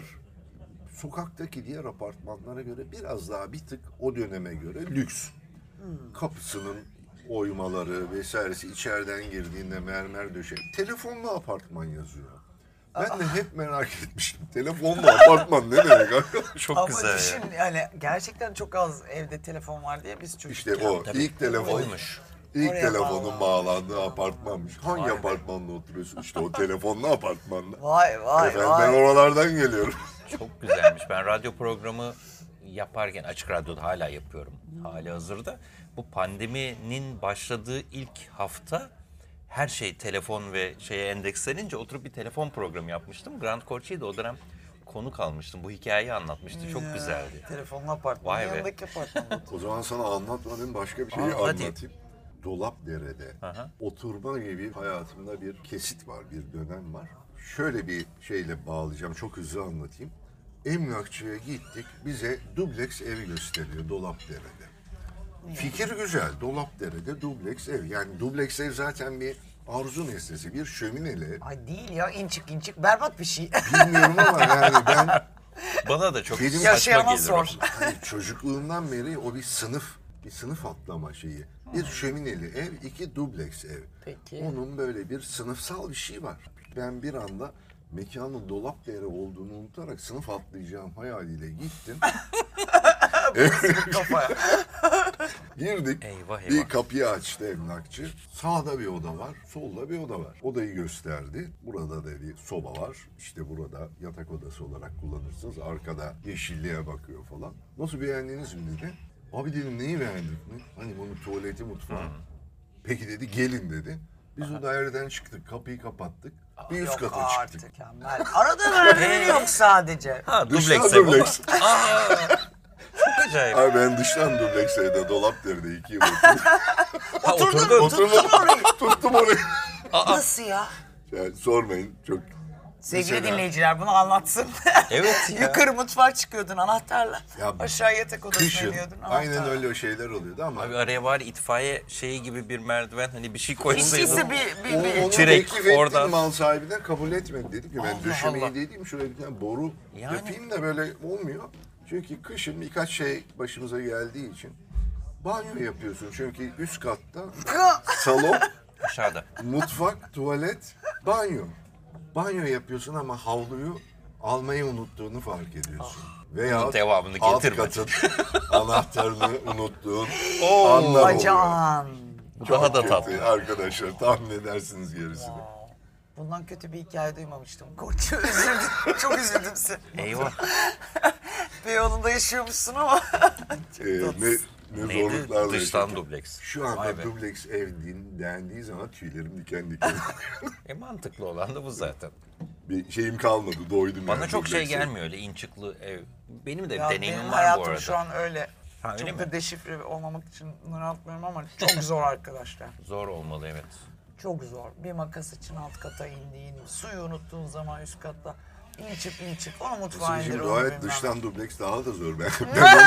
sokaktaki diğer apartmanlara göre biraz daha bir tık o döneme göre lüks. Kapısının oymaları vesairesi, içeriden girdiğinde mermer döşek. Telefonlu apartman yazıyor. Ben de hep merak etmiştim. Telefonlu apartman ne demek arkadaş? Çok Ama güzel düşün ya. yani gerçekten çok az evde telefon var diye biz çocuk. İşte o Tabii. ilk telefon. Oymuş. İlk Oraya telefonun bağlanmış. bağlandığı apartmanmış. Hangi Vay be. apartmanda oturuyorsun? İşte o telefonlu apartmanda. Vay vay Efendim ben vay. oralardan geliyorum. Çok güzelmiş. Ben radyo programı yaparken Açık Radyo'da hala yapıyorum. Hali hazırda. Bu pandeminin başladığı ilk hafta her şey telefon ve şeye endekslenince oturup bir telefon programı yapmıştım. Grant Corchi'yi de o dönem konuk almıştım. Bu hikayeyi anlatmıştı. Çok Ya, güzeldi. Telefonlu apartman. Vay be. Yanındaki apartman. O zaman sana anlatmadığım başka bir şeyi Aa, hadi. anlatayım. Dolapdere'de Aha. oturma gibi hayatımda bir kesit var, bir dönem var. Şöyle bir şeyle bağlayacağım, çok hızlı anlatayım. Emlakçıya gittik, bize dubleks ev gösteriyor Dolapdere'de. Fikir güzel, Dolapdere'de dubleks ev. Yani dubleks ev zaten bir arzu nesnesi, bir şömineli. Ay değil ya, inçik inçik berbat bir şey. Bilmiyorum ama yani ben Bana da çok Benim saçma yaşayana gelir. o. sor. hani çocukluğumdan beri o bir sınıf, bir sınıf atlama şeyi. Bir şömineli ev, iki dubleks ev. Peki. Onun böyle bir sınıfsal bir şey var. Ben bir anda mekanın Dolapdere olduğunu unutarak sınıf atlayacağım hayaliyle gittim. Kafaya. Girdik. Eyvah, Bir eyvah. kapıyı açtı emlakçı. Sağda bir oda var, solda bir oda var. Odayı gösterdi. Burada dedi soba var. İşte burada yatak odası olarak kullanırsınız. Arkada yeşilliğe bakıyor falan. Nasıl, beğendiniz mi dedi. Abi dedim, neyi beğendik mi? Hani bunun tuvaleti, mutfağı. Peki dedi, gelin dedi. Biz o daireden çıktık, kapıyı kapattık. Bir üst Yok kata artık, çıktık. mükemmel. Arada merdiven yok sadece. Ha, Dıştan dubleks ev dubleks. ama. Aa, çok acayip. Abi ben dıştan dubleks evde Dolapdere'de iki yıl oturdum. Ha, Oturdun, oturdun. Oturdum, tuttum orayı. Nasıl ya? Yani sormayın, çok... Sevgili Mesela- dinleyiciler bunu anlatsın. Evet ya. Yukarı mutfağa çıkıyordun anahtarla. Ya, Aşağı yatak odasına Kışın iniyordun aynen anahtarla. öyle şeyler oluyordu ama... Abi araya bari itfaiye şeyi gibi bir merdiven, hani bir şey koysaydın. İkisi bir, bir, O- bir. onu Çilek, teklif ettim, oradan. mal sahibinden kabul etmedi. Dedi ki ben Allah döşemeyi Allah. dediğim şuraya bir tane boru Yani. yapayım da böyle olmuyor. Çünkü kışın birkaç şey başımıza geldiği için banyo yapıyorsun. Çünkü üst katta salon, Aşağıda. mutfak, tuvalet, banyo. Banyo yapıyorsun ama havluyu almayı unuttuğunu fark ediyorsun. Veya Bunun devamını alt getirme. katın anahtarını unuttuğun anlar oluyor. Bacan. Daha da Kötü tatlı. arkadaşlar, tahmin edersiniz gerisini. Bundan kötü bir hikaye duymamıştım. Koç üzüldüm. Çok üzüldüm sen. Eyvah. Beyoğlu'nda yaşıyormuşsun ama. Ee, ne, ne Neydi? zorluklarla Dıştan yaşadım. dubleks. Şu Vay anda be. dubleks ev din- dendiği zaman tüylerim diken diken. E mantıklı olan da bu zaten. Bir şeyim kalmadı, doydum Bana yani çok şey dublekse. gelmiyor öyle inçıklı ev. Benim de Ya deneyimim benim var hayatım bu arada. şu an öyle. Ha, öyle Çok mi? da deşifre olmamak için bunu anlatmıyorum ama çok zor arkadaşlar. Zor olmalı, evet. Çok zor. Bir makas için alt kata indiğin, suyu unuttuğun zaman üst katta in çık in çık. Onu mutfağa indir, Şimdi onu dua et, bilmem. dıştan dubleks daha da zor. Ben,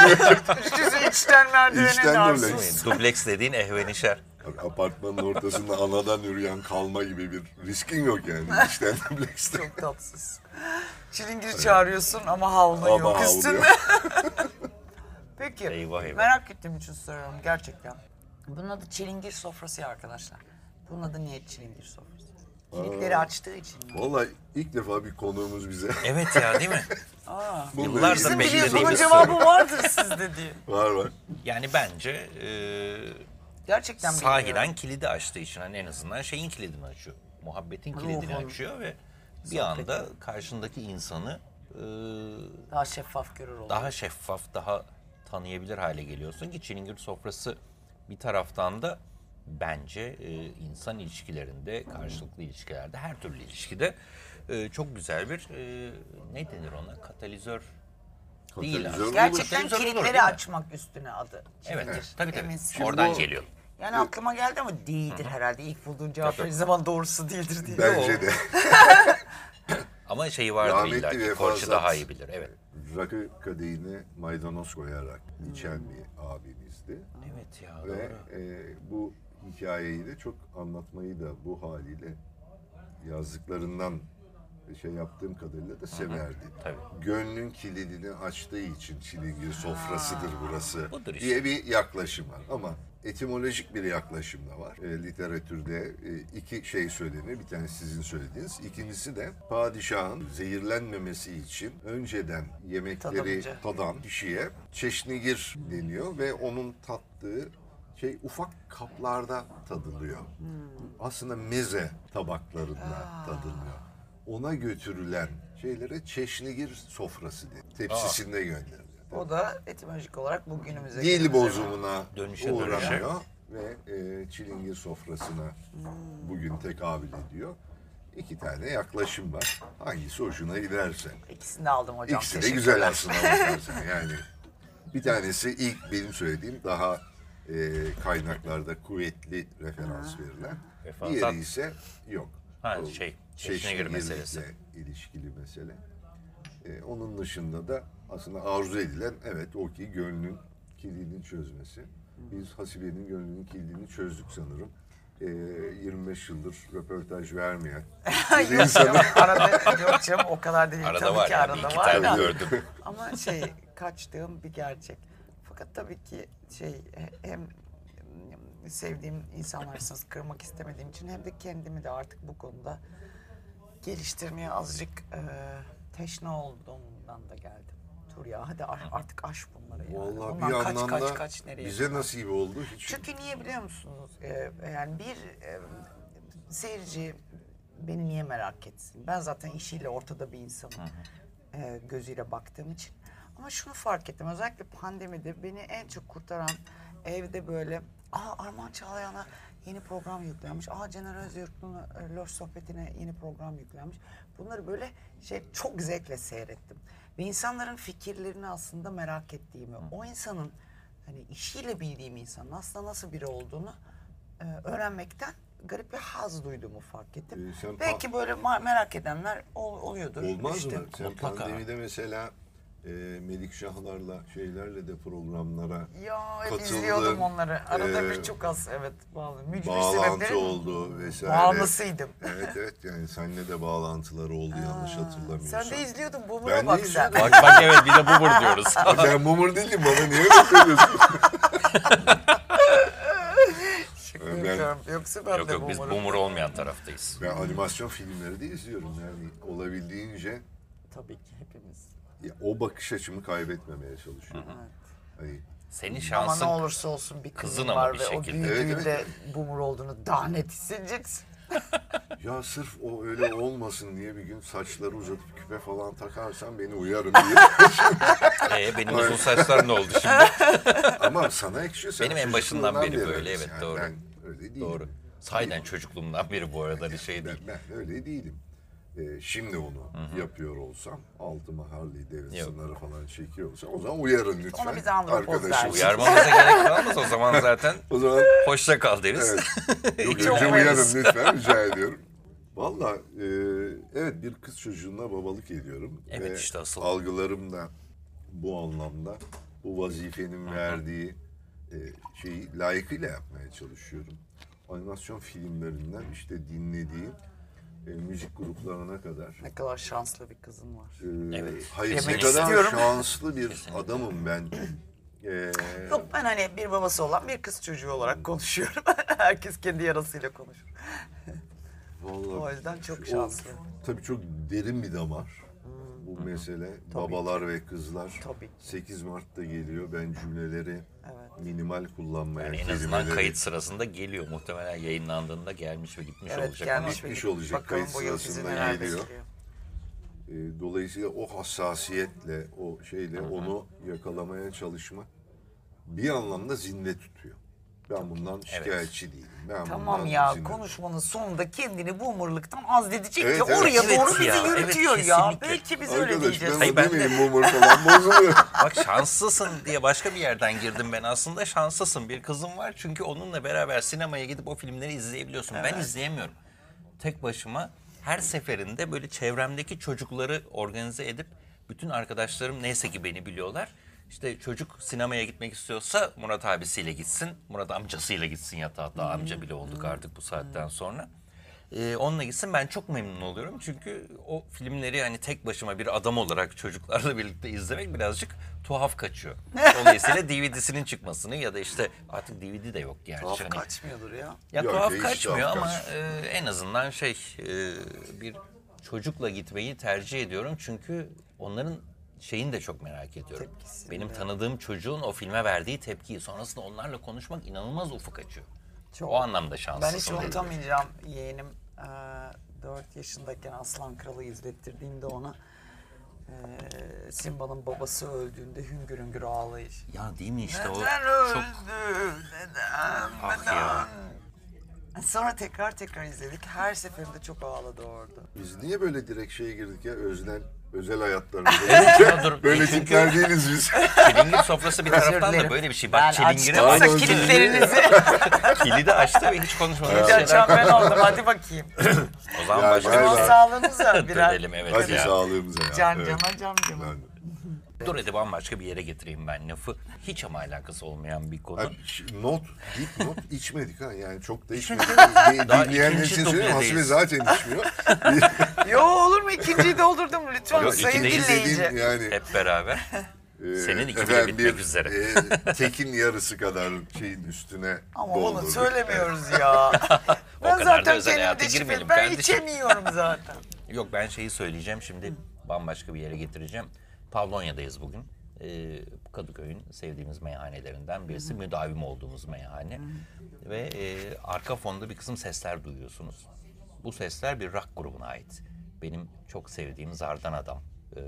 ben Üstüze içten merdivene İçten narsız. dubleks. Dubleks dediğin ehvenişer. apartmanın ortasında anadan yürüyen kalma gibi bir riskin yok yani. İşten dublekste. Çok tatsız. Çilingir çağırıyorsun ama havlu Ama yok havlu üstünde. yok. Peki, Eyvah, eyvah. merak ettiğim için soruyorum gerçekten. Bunun adı çilingir sofrası ya arkadaşlar. Bunun adı niye çilingir sofrası? Kilitleri açtığı için mi? Vallahi ilk defa bir konuğumuz bize. Evet ya, değil mi? bununla Yıllardır ilgili Sizin bir şey biliyorsunuz bunun beklediğimiz cevabı soru. vardır sizde diye. Var var. Yani bence e, Gerçekten bilmiyorum. sahiden kilidi açtığı için, hani en azından şeyin kilidini açıyor. Muhabbetin kilidini Ruhun. açıyor ve bir anda karşındaki insanı e, Daha şeffaf görür olur. daha şeffaf, daha tanıyabilir hale geliyorsun ki çilingir sofrası bir taraftan da bence e, insan ilişkilerinde, karşılıklı ilişkilerde, her türlü ilişkide e, çok güzel bir e, ne denir ona? Katalizör değil Katalizör aslında. Gerçekten Katalizör olur, kilitleri değil mi? açmak üstüne adı. Evet, Çilingir. tabii tabii. Eminsin. Oradan bu- geliyor. Yani aklıma geldi ama değildir herhalde. İlk bulduğun cevap her zaman doğrusu değildir diye. Bence de. Ama şeyi vardır Rahmetli illa ki, Vefa Korçu Zat. daha iyi bilir. Evet. Rakı kadehine maydanoz koyarak içen bir abimizdi. Evet ya, Ve doğru. e, bu hikayeyi de çok anlatmayı da bu haliyle yazdıklarından şey yaptığım kadarıyla da severdi. tabii. Gönlün kilidini açtığı için çilingir sofrasıdır burası Budur işte. diye bir yaklaşım var. Ama etimolojik bir yaklaşım da var. E, literatürde e, iki şey söylenir. Bir tanesi sizin söylediğiniz. İkincisi de padişahın zehirlenmemesi için önceden yemekleri Tadınca. tadan kişiye çeşnigir deniyor ve onun tattığı şey ufak kaplarda tadılıyor. Aslında meze tabaklarında tadılıyor. Ona götürülen şeylere çeşnigir sofrası diye tepsisinde gönderiliyor. O da etimolojik olarak bugünümüze Dil günümüze- bozumuna Dönüşe uğramıyor ve e, çilingir sofrasına bugün tekabül ediyor. İki tane yaklaşım var. Hangisi hoşuna giderse. İkisini de aldım hocam. İkisi de Teşekkürler. güzel aslında bakarsan yani. Bir tanesi ilk benim söylediğim daha e, kaynaklarda kuvvetli referans verilen. Vefa Diğeri Zat. ise yok. Ha, O şey, çeşnigir çeşnigirlikle meselesi. ilişkili mesele. E, onun dışında da aslında arzu edilen evet o ki gönlün kilidini çözmesi. Biz Hasibe'nin gönlünün kilidini çözdük sanırım. E, yirmi beş yıldır röportaj vermeyen bir Yok insanı canım, arada yok canım o kadar değil. Arada tabii var ki yani, arada iki var tane da. gördüm. Ama şey kaçtığım bir gerçek. Fakat tabii ki şey hem sevdiğim insanlarsınız kırmak istemediğim için hem de kendimi de artık bu konuda geliştirmeye azıcık e, teşne olduğumdan da geldim. dur ya hadi ar- artık aş bunları ya. Vallahi Bunlar bir kaç, yandan kaç, da kaç, nereye bize kadar? nasip oldu. Hiç Çünkü niye biliyor musunuz? Ee, yani bir e, seyirci beni niye merak etsin? Ben zaten işiyle ortada bir insanım. E, gözüyle baktığım için. Ama şunu fark ettim. Özellikle pandemide beni en çok kurtaran evde böyle aa Armağan Çağlayan'a yeni program yüklenmiş. Aa Cener Özyurtlu'nun e, Loş Sohbeti'ne yeni program yüklenmiş. Bunları böyle şey çok zevkle seyrettim. Ve insanların fikirlerini aslında merak ettiğimi, o insanın hani işiyle bildiğim insanın aslında nasıl biri olduğunu e, öğrenmekten garip bir haz duyduğumu fark ettim. Ee, sen Belki böyle ma- merak edenler ol- oluyordur. olmaz İşte mı? Sen mutlaka. pandemide mesela e, Melikşahlarla şeylerle de programlara Ya hep katıldın. izliyordum onları. Arada Ee, bir çok az evet bağlı. Mücbir bağlantı sebeplerin oldu vesaire. bağımlısıydım. Evet evet yani seninle de bağlantılar oldu yanlış hatırlamıyorsam. Sen de izliyordun. Ben Bumura de bak sen. izliyordum. Bak bak evet bir de boomer diyoruz. Aa, ben boomer değilim bana niye öyle söylüyorsun? Şaka Ben- yapıyorum. Yoksa ben Yok de yok biz boomer'ım. boomer olmayan taraftayız. Ben animasyon filmleri de izliyorum yani olabildiğince Tabii ki hepimiz. ya, o bakış açımı kaybetmemeye çalışıyorum. Hani Senin Ama şansın ne olursa olsun bir kızın kızın ama var bir ve o şekilde. büyüdüğünde Evet, boomer olduğunu daha net hissedeceksin. ya sırf o öyle olmasın diye bir gün saçları uzatıp küpe falan takarsan beni uyarım diye. Ee, benim uzun saçlar ne oldu şimdi? Ama sana ekşiyor. Sen Benim en başından çocukluğundan beri böyle, öylesin. evet, Yani doğru. Ben öyle değilim. Doğru. Sahiden çocukluğumdan beri bu arada bir şey Ben, değil. ben öyle değilim. Ee, şimdi onu yapıyor olsam, altıma Harley Davidson'ları falan çekiyor olsam o zaman uyarın lütfen. Ona bize andropoz Arkadaşım. dersin. Uyarmamıza gerek kalmaz o zaman zaten. O zaman Hoşça kal deriz. evet. Yok, Hiç önce olmayız. uyarın lütfen rica ediyorum. Valla e, evet bir kız çocuğuna babalık ediyorum. Evet, Ve işte asıl. algılarım da bu anlamda bu vazifenin verdiği e, şeyi layıkıyla yapmaya çalışıyorum. Animasyon filmlerinden işte dinlediğim e, müzik gruplarına kadar. Ne kadar şanslı bir kızın var. e, Evet. Hayır Demek ne kadar istiyorum. şanslı bir adamım ben. E, Yok ben hani bir babası olan bir kız çocuğu olarak konuşuyorum. Herkes kendi yarasıyla konuşur. vallahi O yüzden çok o- şanslı. Tabii çok derin bir damar. Bu mesele. Babalar ve kızlar. Tabii ki. sekiz Mart'ta geliyor. Ben cümleleri Evet. minimal kullanmaya, Yani en azından kelimeleri kayıt sırasında geliyor. Muhtemelen yayınlandığında gelmiş ve gitmiş Evet olacak gelmiş ama. Bitmiş ve olacak, bakalım kayıt bu yıl bizi sırasında neler geliyor. bekliyor. E, dolayısıyla o hassasiyetle, o şeyle onu yakalamaya çalışmak bir anlamda zinde tutuyor. Ben bundan şikayetçi değilim. Ben Tamam bundan ya zinde- konuşmanın sonunda kendini boomerlıktan azledecek Evet, ki evet. oraya Evet doğru bizi ya, evet, yürütüyor ya. kesinlikle. Belki biz öyle Arkadaş diyeceğiz. ben Hayır, o ben de- demeyin boomer falan bozuluyor. Bak şanslısın diye başka bir yerden girdim ben. Aslında şanslısın. Bir kızım var çünkü onunla beraber sinemaya gidip o filmleri izleyebiliyorsun. Ben izleyemiyorum. Tek başıma her seferinde böyle çevremdeki çocukları organize edip bütün arkadaşlarım neyse ki beni biliyorlar. İşte çocuk sinemaya gitmek istiyorsa Murat abisiyle gitsin. Murat amcasıyla gitsin ya da hatta amca bile olduk artık bu saatten sonra. Ee, onunla gitsin ben çok memnun oluyorum. Çünkü o filmleri hani tek başıma bir adam olarak çocuklarla birlikte izlemek birazcık tuhaf kaçıyor. Dolayısıyla D V D'sinin çıkmasını ya da işte artık D V D de yok gerçi. Tuhaf hani. kaçmıyordur ya. Ya Yok, tuhaf hiç kaçmıyor tuhaf ama kaçmıyor. e, en azından şey e, bir çocukla gitmeyi tercih ediyorum. Çünkü onların şeyini de çok merak ediyorum. Tepkisini Benim de. tanıdığım çocuğun o filme verdiği tepkiyi sonrasında onlarla konuşmak inanılmaz ufuk açıyor. Çok. O anlamda şanslısın. Ben hiç unutamayacağım yeğenim dört yaşındayken Aslan Kralı izlettirdiğimde ona e, Simba'nın babası öldüğünde hüngür hüngür ağlayış. Ya değil mi işte o Neden öldü? çok Neden? ah Neden? ya. Sonra tekrar tekrar izledik. Her seferinde çok ağladı orada. Biz niye böyle direkt şeye girdik ya özel özel hayatlarımıza? Ya dur, Böyle çünkü tipler değiliz biz. çilingir sofrası bir taraftan da böyle bir şey. Bak Ben çilingire açtımsa açtı. kilitlerinizi. Kilidi açtı ve hiç konuşmadığımız Kilidi açan şeyler. ben oldum. Hadi bakayım. O zaman Ya başlayalım. galiba- Ama sağlığınıza birer. Dönelim evet Hadi ya. sağlığımıza ya. Can Evet. cana cam cama. Ben- Dur hadi bambaşka bir yere getireyim ben lafı. Hiç ama alakası olmayan bir konu. Abi, ş- not, dip not içmedik ha. Yani çok da içmedik. Daha Dinleyenler ikinci için söyleyeyim. Hasibe dubledeyiz. zaten içmiyor. Yo olur mu? İkinciyi doldurdum lütfen Yok, sayın ikindeyiz dinleyici. Dediğim yani Hep beraber. e, Senin iki bile efendim, bitmek bir, üzere. e, tekin yarısı kadar şeyin üstüne Ama doldurduk. onu söylemiyoruz ya. ben kadar da zaten özel kendimi hayata deşifre- girmeyelim Ben kardeşim. içemiyorum zaten. Yok ben şeyi söyleyeceğim şimdi bambaşka bir yere getireceğim. Pavlonya'dayız bugün. Ee, Kadıköy'ün sevdiğimiz meyhanelerinden birisi. Müdavim olduğumuz meyhane. Ve e, arka fonda bir kısım sesler duyuyorsunuz. Bu sesler bir rock grubuna ait. Benim çok sevdiğim Zardan Adam. Ee,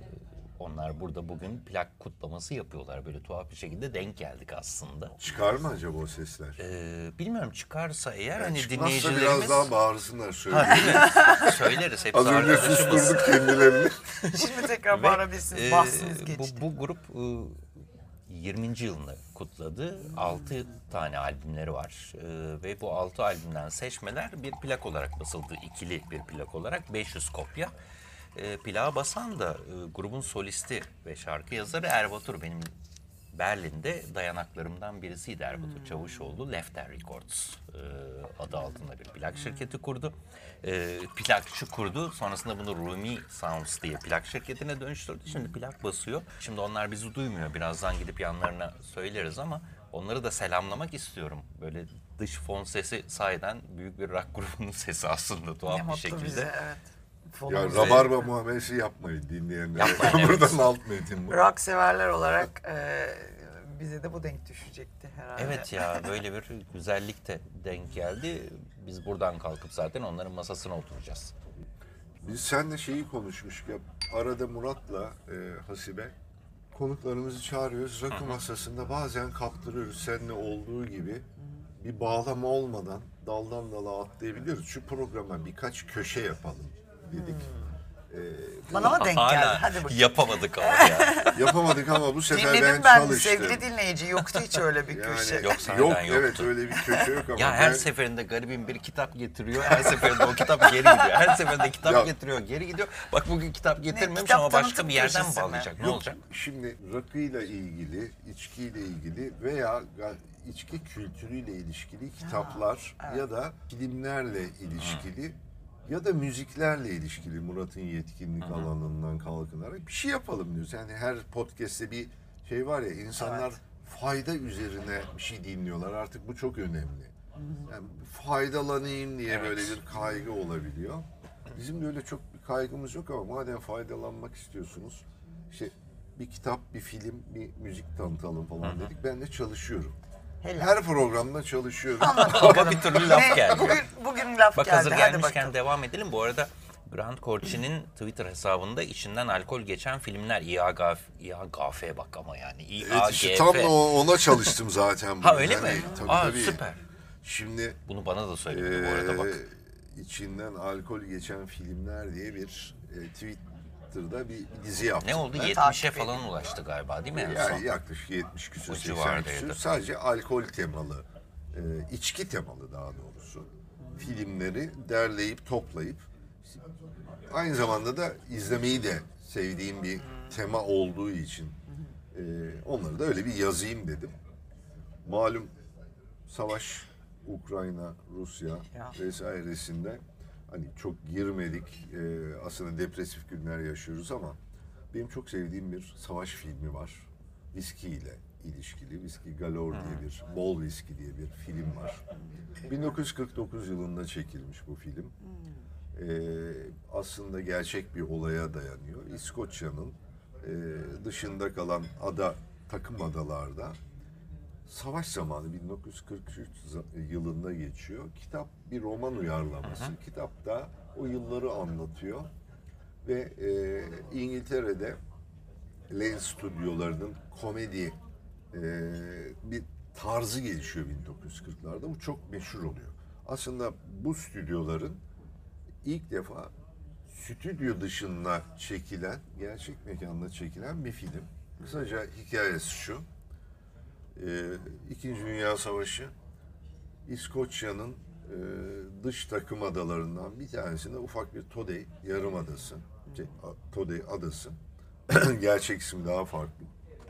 onlar burada bugün plak kutlaması yapıyorlar. Böyle tuhaf bir şekilde denk geldik aslında. Çıkar mı acaba o sesler? Ee, bilmiyorum, çıkarsa eğer Yani hani çıkmazsa dinleyicilerimiz... biraz daha bağırsınlar söyleyeyim. Söyleriz. Hepsi Az önce arkadaşımız. susturduk kendilerini. Şimdi tekrar Ve, bağırabilirsiniz. e, Bahsiniz geçti. bu, bu grup e, yirminci yılını kutladı. altı tane albümleri var. E, ve bu altı albümden seçmeler bir plak olarak basıldı. İkili bir plak olarak. beş yüz kopya. E, plağa basan da e, grubun solisti ve şarkı yazarı Erbatur. Benim Berlin'de dayanaklarımdan birisiydi Erbatur Çavuşoğlu. Lefter Records e, adı altında bir plak şirketi kurdu. E, plakçı kurdu. Sonrasında bunu Rumi Sounds diye plak şirketine dönüştürdü. Şimdi plak basıyor. Şimdi onlar bizi duymuyor. Birazdan gidip yanlarına söyleriz ama onları da selamlamak istiyorum. Böyle dış fon sesi sahiden büyük bir rock grubunun sesi aslında Ne tuhaf bir mutlu şekilde. bize, evet. Ya Fonumuzu- rabarba muamelesi yapmayın dinleyenlere. Yapmayın, evet. Buradan alt metin bu. Rock severler olarak e, bize de bu denk düşecekti herhalde. Evet ya, böyle bir güzellik de denk geldi. Biz buradan kalkıp zaten onların masasına oturacağız. Biz seninle şeyi konuşmuştuk ya. Arada Murat'la e, Hasibe konuklarımızı çağırıyoruz. Rakı masasında bazen kaptırıyoruz. Seninle olduğu gibi bir bağlama olmadan daldan dala atlayabiliyoruz. Şu programa birkaç köşe yapalım dedik. E, Bana mı denk geldi? Hala Hadi bakayım. yapamadık ama ya. yapamadık ama bu sefer ben Dinledim ben de çalıştım. sevgili dinleyici. Yoktu hiç öyle bir köşe. Yok, yok sahiden evet yoktu. öyle bir köşe yok ama Ya her ben, seferinde garibim bir kitap getiriyor. Her seferinde o kitap geri gidiyor. Her seferinde kitap Ya- getiriyor, geri gidiyor. Bak bugün kitap getirmemiş kitap ama başka tanıtım bir yerden köşesi mi? bağlayacak. Ne Yok, olacak? Şimdi rakıyla ilgili, içkiyle ilgili veya ga- içki kültürüyle ilişkili kitaplar ya da filmlerle ilişkili ya da müziklerle ilişkili Murat'ın yetkinlik alanından kalkınarak bir şey yapalım diyoruz. Yani her podcast'te bir şey var ya, insanlar Evet. fayda üzerine bir şey dinliyorlar. Artık bu çok önemli. Yani faydalanayım diye böyle bir kaygı olabiliyor. Bizim de öyle çok bir kaygımız yok ama madem faydalanmak istiyorsunuz, işte bir kitap, bir film, bir müzik tanıtalım falan dedik. Ben de çalışıyorum. Helal. Her programda çalışıyorum. Ama bir türlü laf Ne? geldi. Bugün, bugün laf Bak geldi. hazır Hadi gelmişken bakalım. devam edelim. Bu arada Grant Corchi'nin Twitter hesabında içinden alkol geçen filmler İ A G F, İ A G F bak ama yani İ A Evet, G işte F. tam da o- ona çalıştım zaten. Ha bugün. öyle Hani mi? Tabii, Aa tabii. süper. Şimdi Bunu bana da söyledi bu arada bak. eee, içinden alkol geçen filmler diye bir e, Twitter'da bir, bir dizi yaptım. Ne oldu? ben. yetmişe takip falan ulaştı galiba değil mi en son? Yani yaklaşık yetmiş küsur, O seksen civardaydı. küsur. Sadece alkol temalı, e, içki temalı daha doğrusu filmleri derleyip toplayıp aynı zamanda da izlemeyi de sevdiğim bir tema olduğu için e, onları da öyle bir yazayım dedim. Malum savaş, Ukrayna, Rusya Ya. vesairesinde hani çok girmedik. E, aslında depresif günler yaşıyoruz ama benim çok sevdiğim bir savaş filmi var. Viski ile ilişkili. Viski Galore diye bir, Bol Viski diye bir film var. bin dokuz yüz kırk dokuz yılında çekilmiş bu film. Ee, aslında gerçek bir olaya dayanıyor. İskoçya'nın e, dışında kalan ada, takım adalarda savaş zamanı bin dokuz yüz kırk üç za- yılında geçiyor. Kitap bir roman uyarlaması. Kitapta o yılları anlatıyor ve e, İngiltere'de Lane stüdyolarının komedi e, bir tarzı gelişiyor bin dokuz yüz kırklarda. Bu çok meşhur oluyor. Aslında bu stüdyoların ilk defa stüdyo dışında çekilen, gerçek mekanda çekilen bir film. Kısaca hikayesi şu. E, İkinci Dünya Savaşı, İskoçya'nın e, dış takım adalarından bir tanesinde ufak bir Todey Yarımadası, şey, Todey Adası. Gerçek isim daha farklı.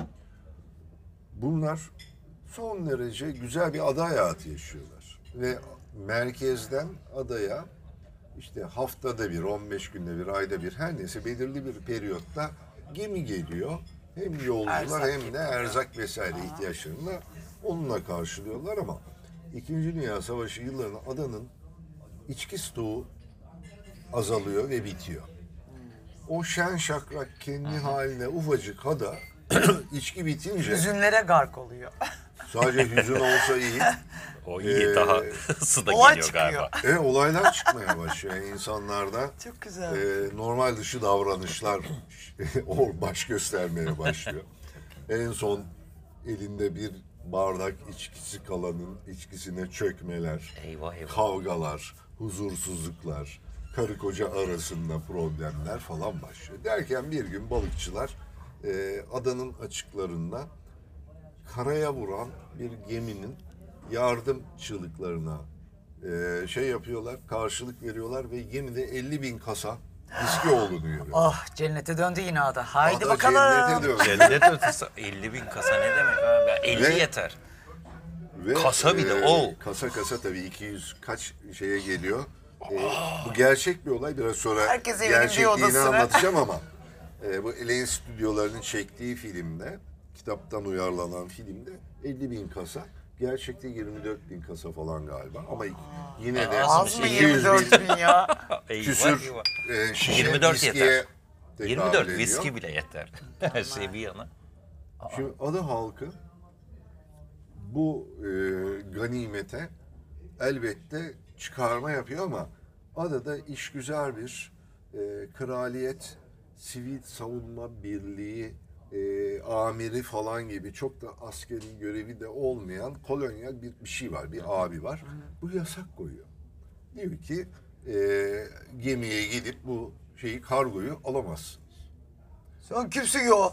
Bunlar son derece güzel bir ada hayatı yaşıyorlar. Ve merkezden adaya işte haftada bir, on beş günde bir, ayda bir, her neyse belirli bir periyotta gemi geliyor. Hem yolcular Erzak hem de getiriyor. erzak vesaire ihtiyaçlarını da onunla karşılıyorlar ama İkinci Dünya Savaşı yıllarında adanın içki stoğu azalıyor ve bitiyor. o şen şakrak kendi haline ufacık hada içki bitince Hüzünlere gark oluyor. sadece hüzün olsa iyi. O iyi Ee, daha ısı da olay geliyor çıkıyor. galiba. E, olaylar çıkmaya başlıyor yani insanlarda. Çok güzel. e, normal dışı davranışlar o baş göstermeye başlıyor. En son elinde bir bardak içkisi kalanın içkisine çökmeler, Eyvah eyvah. kavgalar, huzursuzluklar, karı koca arasında problemler falan başlıyor. Derken bir gün balıkçılar e, adanın açıklarında karaya vuran bir geminin yardım çığlıklarına e, şey yapıyorlar, karşılık veriyorlar ve gemide elli bin kasa viski olduğunu görüyorlar. Oh, cennete döndü yine ada. Haydi Ada bakalım. cennete döndü. Cennet ötesi elli bin kasa ne demek abi? Ya elli Ve- yeter. Ve, Kasa bir de, o. Kasa kasa tabii iki yüz kaç şeye geliyor. E, bu gerçek bir olay. Biraz sonra Herkes evinin bir gerçekliğini odasına. anlatacağım ama e, bu Elaine stüdyolarının çektiği filmde, kitaptan uyarlanan filmde elli bin kasa. Gerçekte yirmi dört bin kasa falan galiba. Ama yine de Az mı iki yüz yirmi dört bin ya? Eyvah, küsür eyvah. e, şişe yirmi dört viskiye yeter. tekabül yirmi dört ediyor. viski bile yeter. Her şey bir yana. Şimdi ada halkı bu e, ganimete elbette çıkarma yapıyor ama adada işgüzar bir e, kraliyet, sivil savunma birliği, e, amiri falan gibi çok da askeri görevi de olmayan kolonyal bir, bir şey var, bir abi var. Bu yasak koyuyor. Diyor ki e, gemiye gidip bu şeyi, kargoyu alamazsın. Sen kimsin yo?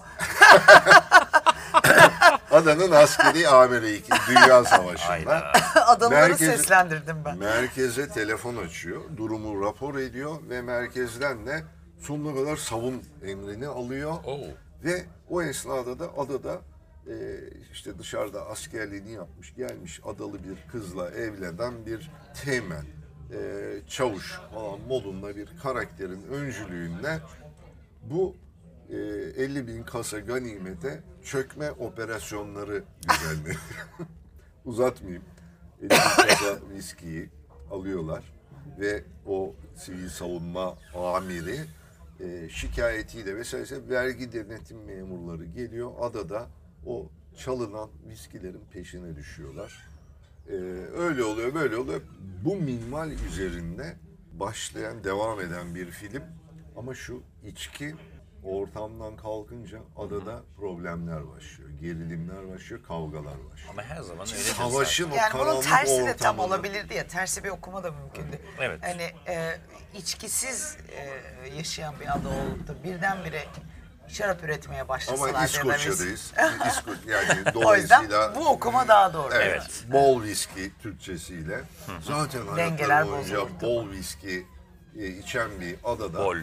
Adanın askeri amiri iki Dünya Savaşı'nda. Hayda. Adamları Merkez- seslendirdim ben. Merkeze telefon açıyor, durumu rapor ediyor ve merkezden de sonuna kadar savun emrini alıyor. Oo. Ve o esnada da adada e, işte dışarıda askerliğini yapmış, gelmiş adalı bir kızla evlenen bir teğmen, e, çavuş falan modunda bir karakterin öncülüğünde bu e, elli bin kasa ganimete çökme operasyonları düzenleniyor. Uzatmayayım. elli bin kasa viskiyi alıyorlar ve o sivil savunma amiri e, şikayetiyle vesaire vergi denetim memurları geliyor. Adada o çalınan viskilerin peşine düşüyorlar. E, öyle oluyor, böyle oluyor. Bu minval üzerinde başlayan, devam eden bir film. Ama şu içki ortamdan kalkınca adada problemler başlıyor. Gerilimler başlıyor, kavgalar başlıyor. Ama her zaman öyledir Savaşın o Yani bunun karanlık tersi de tam ortamını- olabilirdi ya. Tersi bir okuma da mümkündü. Evet. Hani e, içkisiz e, yaşayan bir ada olup da birdenbire şarap üretmeye başlasalar. Ama İskoçya'dayız. İsko, yani O yüzden dolayısıyla bu okuma daha doğru. evet, Evet. bol viski Türkçesiyle. Zaten Dengeler hayatları boyunca bozulur. bol viski e, içen bir adada Bol.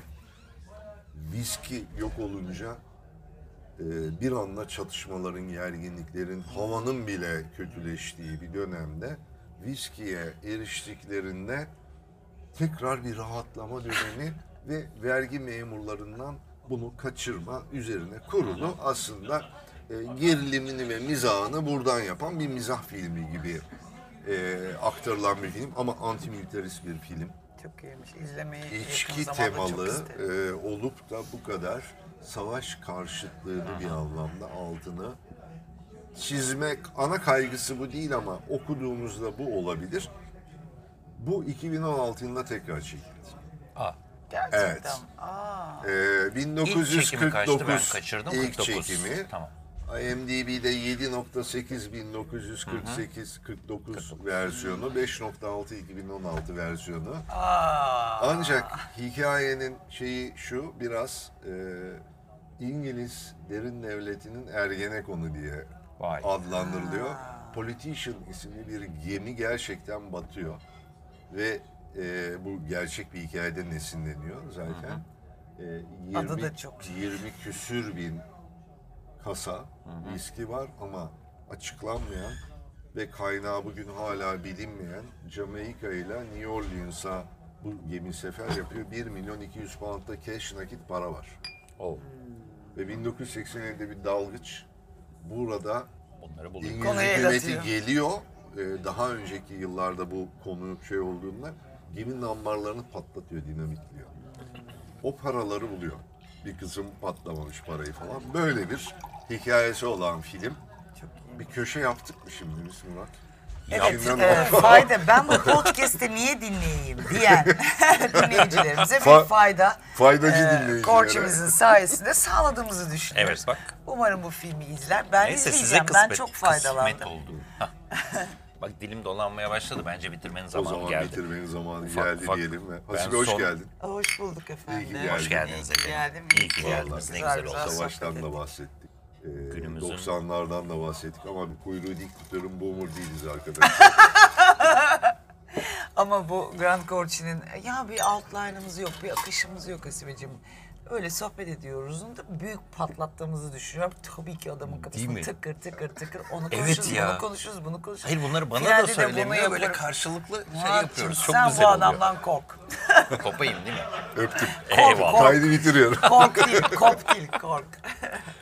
viski yok olunca e, bir anda çatışmaların, gerginliklerin, havanın bile kötüleştiği bir dönemde viskiye eriştiklerinde tekrar bir rahatlama dönemi ve vergi memurlarından bunu kaçırma üzerine kurulu aslında e, gerilimini ve mizahını buradan yapan bir mizah filmi gibi e, aktarılan bir film ama antimilitarist bir film. Çok iyiymiş. İzlemeyi İçki yakın zamanda çok temalı isterim. e, olup da bu kadar savaş karşıtlığını bir anlamda altını çizmek, ana kaygısı bu değil ama okuduğumuzda bu olabilir. Bu iki bin on altı yılında tekrar çekildi. Aa. Gerçekten. Evet. Aa. Ee, İlk çekimi kaçtı, ben bin dokuz yüz kırk dokuz kaçırdım. ilk kırk dokuz. çekimi. Tamam. IMDb'de yedi nokta sekiz bin dokuz yüz kırk sekiz kırk dokuz versiyonu, beş nokta altı iki bin on altı versiyonu. Aa. Ancak hikayenin şeyi şu, biraz e, İngiliz derin devletinin Ergenekonu diye Vay. adlandırılıyor. Politician isimli bir gemi gerçekten batıyor. Ve e, bu gerçek bir hikayeden esinleniyor zaten. E, yirmi, Adı da çok- yirmi küsür bin kasa viski var ama açıklanmayan ve kaynağı bugün hala bilinmeyen Jamaika ile New Orleans'a bu gemi sefer yapıyor. bir milyon iki yüz pound'da cash nakit para var. Oh. Ve bin dokuz yüz seksen yedide bir dalgıç burada Bunları buluyor. İngiliz Konuya el hükümeti atıyor. geliyor. Ee, daha önceki yıllarda bu konu şey olduğunda geminin ambarlarını patlatıyor, dinamitliyor. O paraları buluyor. bir kısım patlamamış parayı falan. Böyle bir hikayesi olan film. Çok iyi. Bir köşe yaptık mı şimdi biz Murat? Evet, İçinden e, o- fayda. Ben bu podcast'i niye dinleyeyim diyen dinleyicilerimize bir Fa- fayda faydacı e, dinleyicilere. Korçimizin sayesinde sağladığımızı düşünüyorum. Evet, bak. Umarım bu filmi izler. Ben Neyse size izleyeceğim. kısmet, Ben çok kısmet faydalandım. oldu. Hah. Bak dilim dolanmaya başladı. Bence bitirmenin O zamanı zaman geldi. bitirmenin zamanı Ufak geldi ufak. diyelim. Ve Ben Hasibe hoş son- geldin. Hoş bulduk efendim. İyi ki geldin. Hoş geldiniz İyi ki efendim. geldim. İyi ki geldiniz. Ne güzel oldu. Savaştan sohbet da ettik. bahsettik. Ee, Günümüzün- doksanlardan da bahsettik ama bir kuyruğu dik tutarım boomer değiliz arkadaşlar. Ama bu Grand Corchi'nin ya bir outline'ımız yok, bir akışımız yok Hasibeciğim. Öyle sohbet ediyoruz. Da büyük patlattığımızı düşünüyorum. Tabii ki adamın kafasını mi? tıkır tıkır tıkır onu Evet konuşuruz, ya. bunu konuşuruz, bunu konuşuruz. Hayır bunları bana Finalde da de söylemiyor. bunu Böyle yaparım. karşılıklı şey Murat'cığım, yapıyoruz. Çok sen güzel bu oluyor. adamdan kork. Kopayım değil mi? Öptüm. Eyvallah. Kaydı bitiriyorum. Kork değil, kop değil, kork.